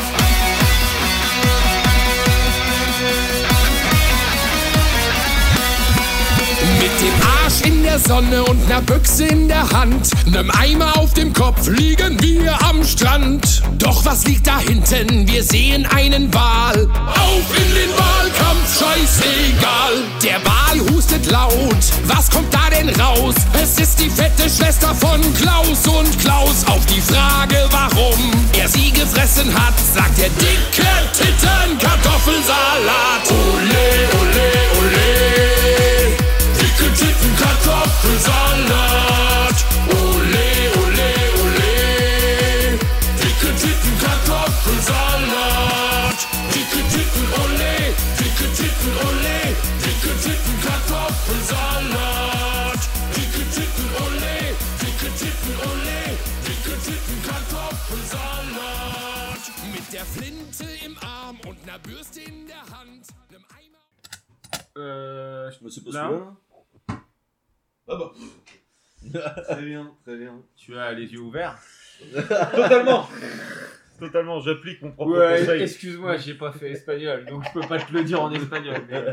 Mit dem Arsch in der Sonne und ner Büchse in der Hand, nem Eimer auf dem Kopf liegen wir am Strand. Doch was liegt da hinten? Wir sehen einen Wal. Auf in den Wahlkampf, scheißegal. Der Wal hustet laut, was kommt da denn raus? Es ist die fette Schwester von Klaus und Klaus. Auf die Frage, warum er sie gefressen hat, sagt der dicke Titten Kartoffelsalat. Ole, ole, ole. Dicke Titten Kartoffelsalat. Ole, ole, ole. Dicke Titten Kartoffelsalat. Dicke Titten, ole. Dicke Titten, ole. Dicke Titten Kartoffelsalat. Dicke Titten, ole. Dicke Titten, ole. Dicke Titten Kartoffelsalat. Mit der Flinte im Arm und ner Bürste in der Hand. Nem Eimer. C'est pas celui-là. Ah bah. Très bien. Tu as les yeux ouverts. Totalement. totalement, j'applique mon propre Ouais, conseil. excuse-moi, j'ai pas fait espagnol, donc je peux pas te le dire en espagnol. Mais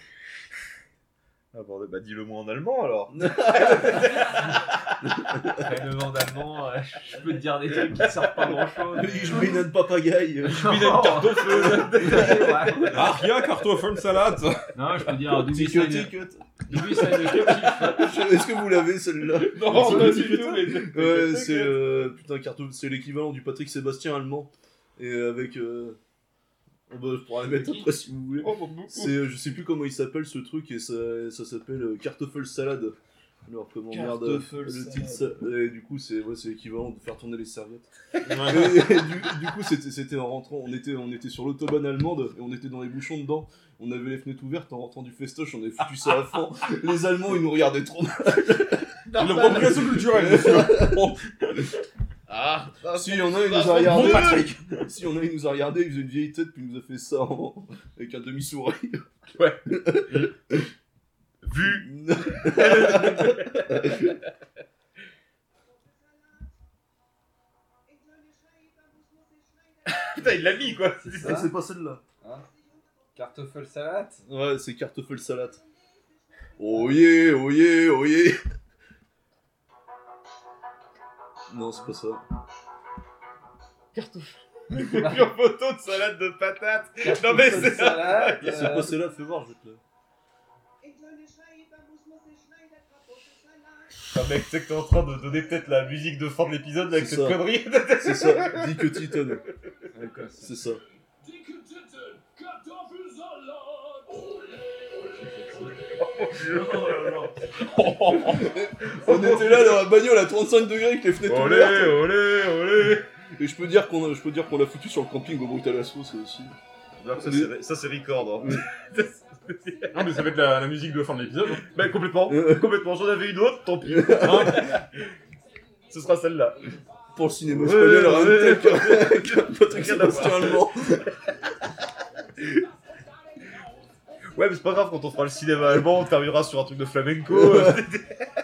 Ah bon, bah dis-le-moi en allemand alors. Après 9 ans d'allemand, je peux te dire des trucs qui servent pas grand-chose. Je mets une papagaille. Je mets une Kartoffel. Ah, rien, Kartoffeln Salad. Non, je peux dire du Est-ce que vous l'avez celle-là? Non, pas du tout, mais ouais, c'est putain c'est l'équivalent du Patrick Sébastien allemand et avec oh bah, je pourrais la mettre après si vous voulez. C'est je sais plus comment il s'appelle ce truc et ça s'appelle Kartoffelsalade. Alors comment merde le titre et du coup c'est l'équivalent de faire tourner les serviettes. et du coup c'était en rentrant, on était sur l'autobahn allemande et on était dans les bouchons dedans. On avait les fenêtres ouvertes en rentrant du festoche, on avait foutu ça à fond. Les Allemands ils nous regardaient trop mal. L'appropriation culturelle, monsieur. Si, il y en a, il nous a regardé. Bon, Patrick. Si, il y en a, il nous a regardé, il faisait une vieille tête, puis il nous a fait ça avec un demi-souris. Ouais. Vu. Putain, il l'a mis quoi. C'est pas celle-là. Hein? Kartoffelsalad? Ouais, c'est Kartoffelsalad. Oh yeah, oh yeah, oh yeah. Non, c'est pas ça. Une photo de salade de patates. Non mais c'est salade. C'est pas celle-là, fais voir, je te. Ah mec, tu sais que t'es en train de donner peut-être la musique de fin de l'épisode avec cette connerie. C'est ça, Dick Titan. C'est ça. On était là dans la bagnole à 35 degrés avec les fenêtres ouvertes. Olé. Et je peux dire qu'on l'a foutu sur le camping au Brutal Assaut, ça aussi. Ça c'est record. Hein. Non mais ça va être la musique de fin de l'épisode. Bah complètement. J'en avais une autre, tant pis. Hein. Ce sera celle-là. Pour le cinéma espagnol, rien de tel qu'un Patrick Sébastien allemand. Ouais mais c'est pas grave, quand on fera le cinéma allemand, on terminera sur un truc de flamenco.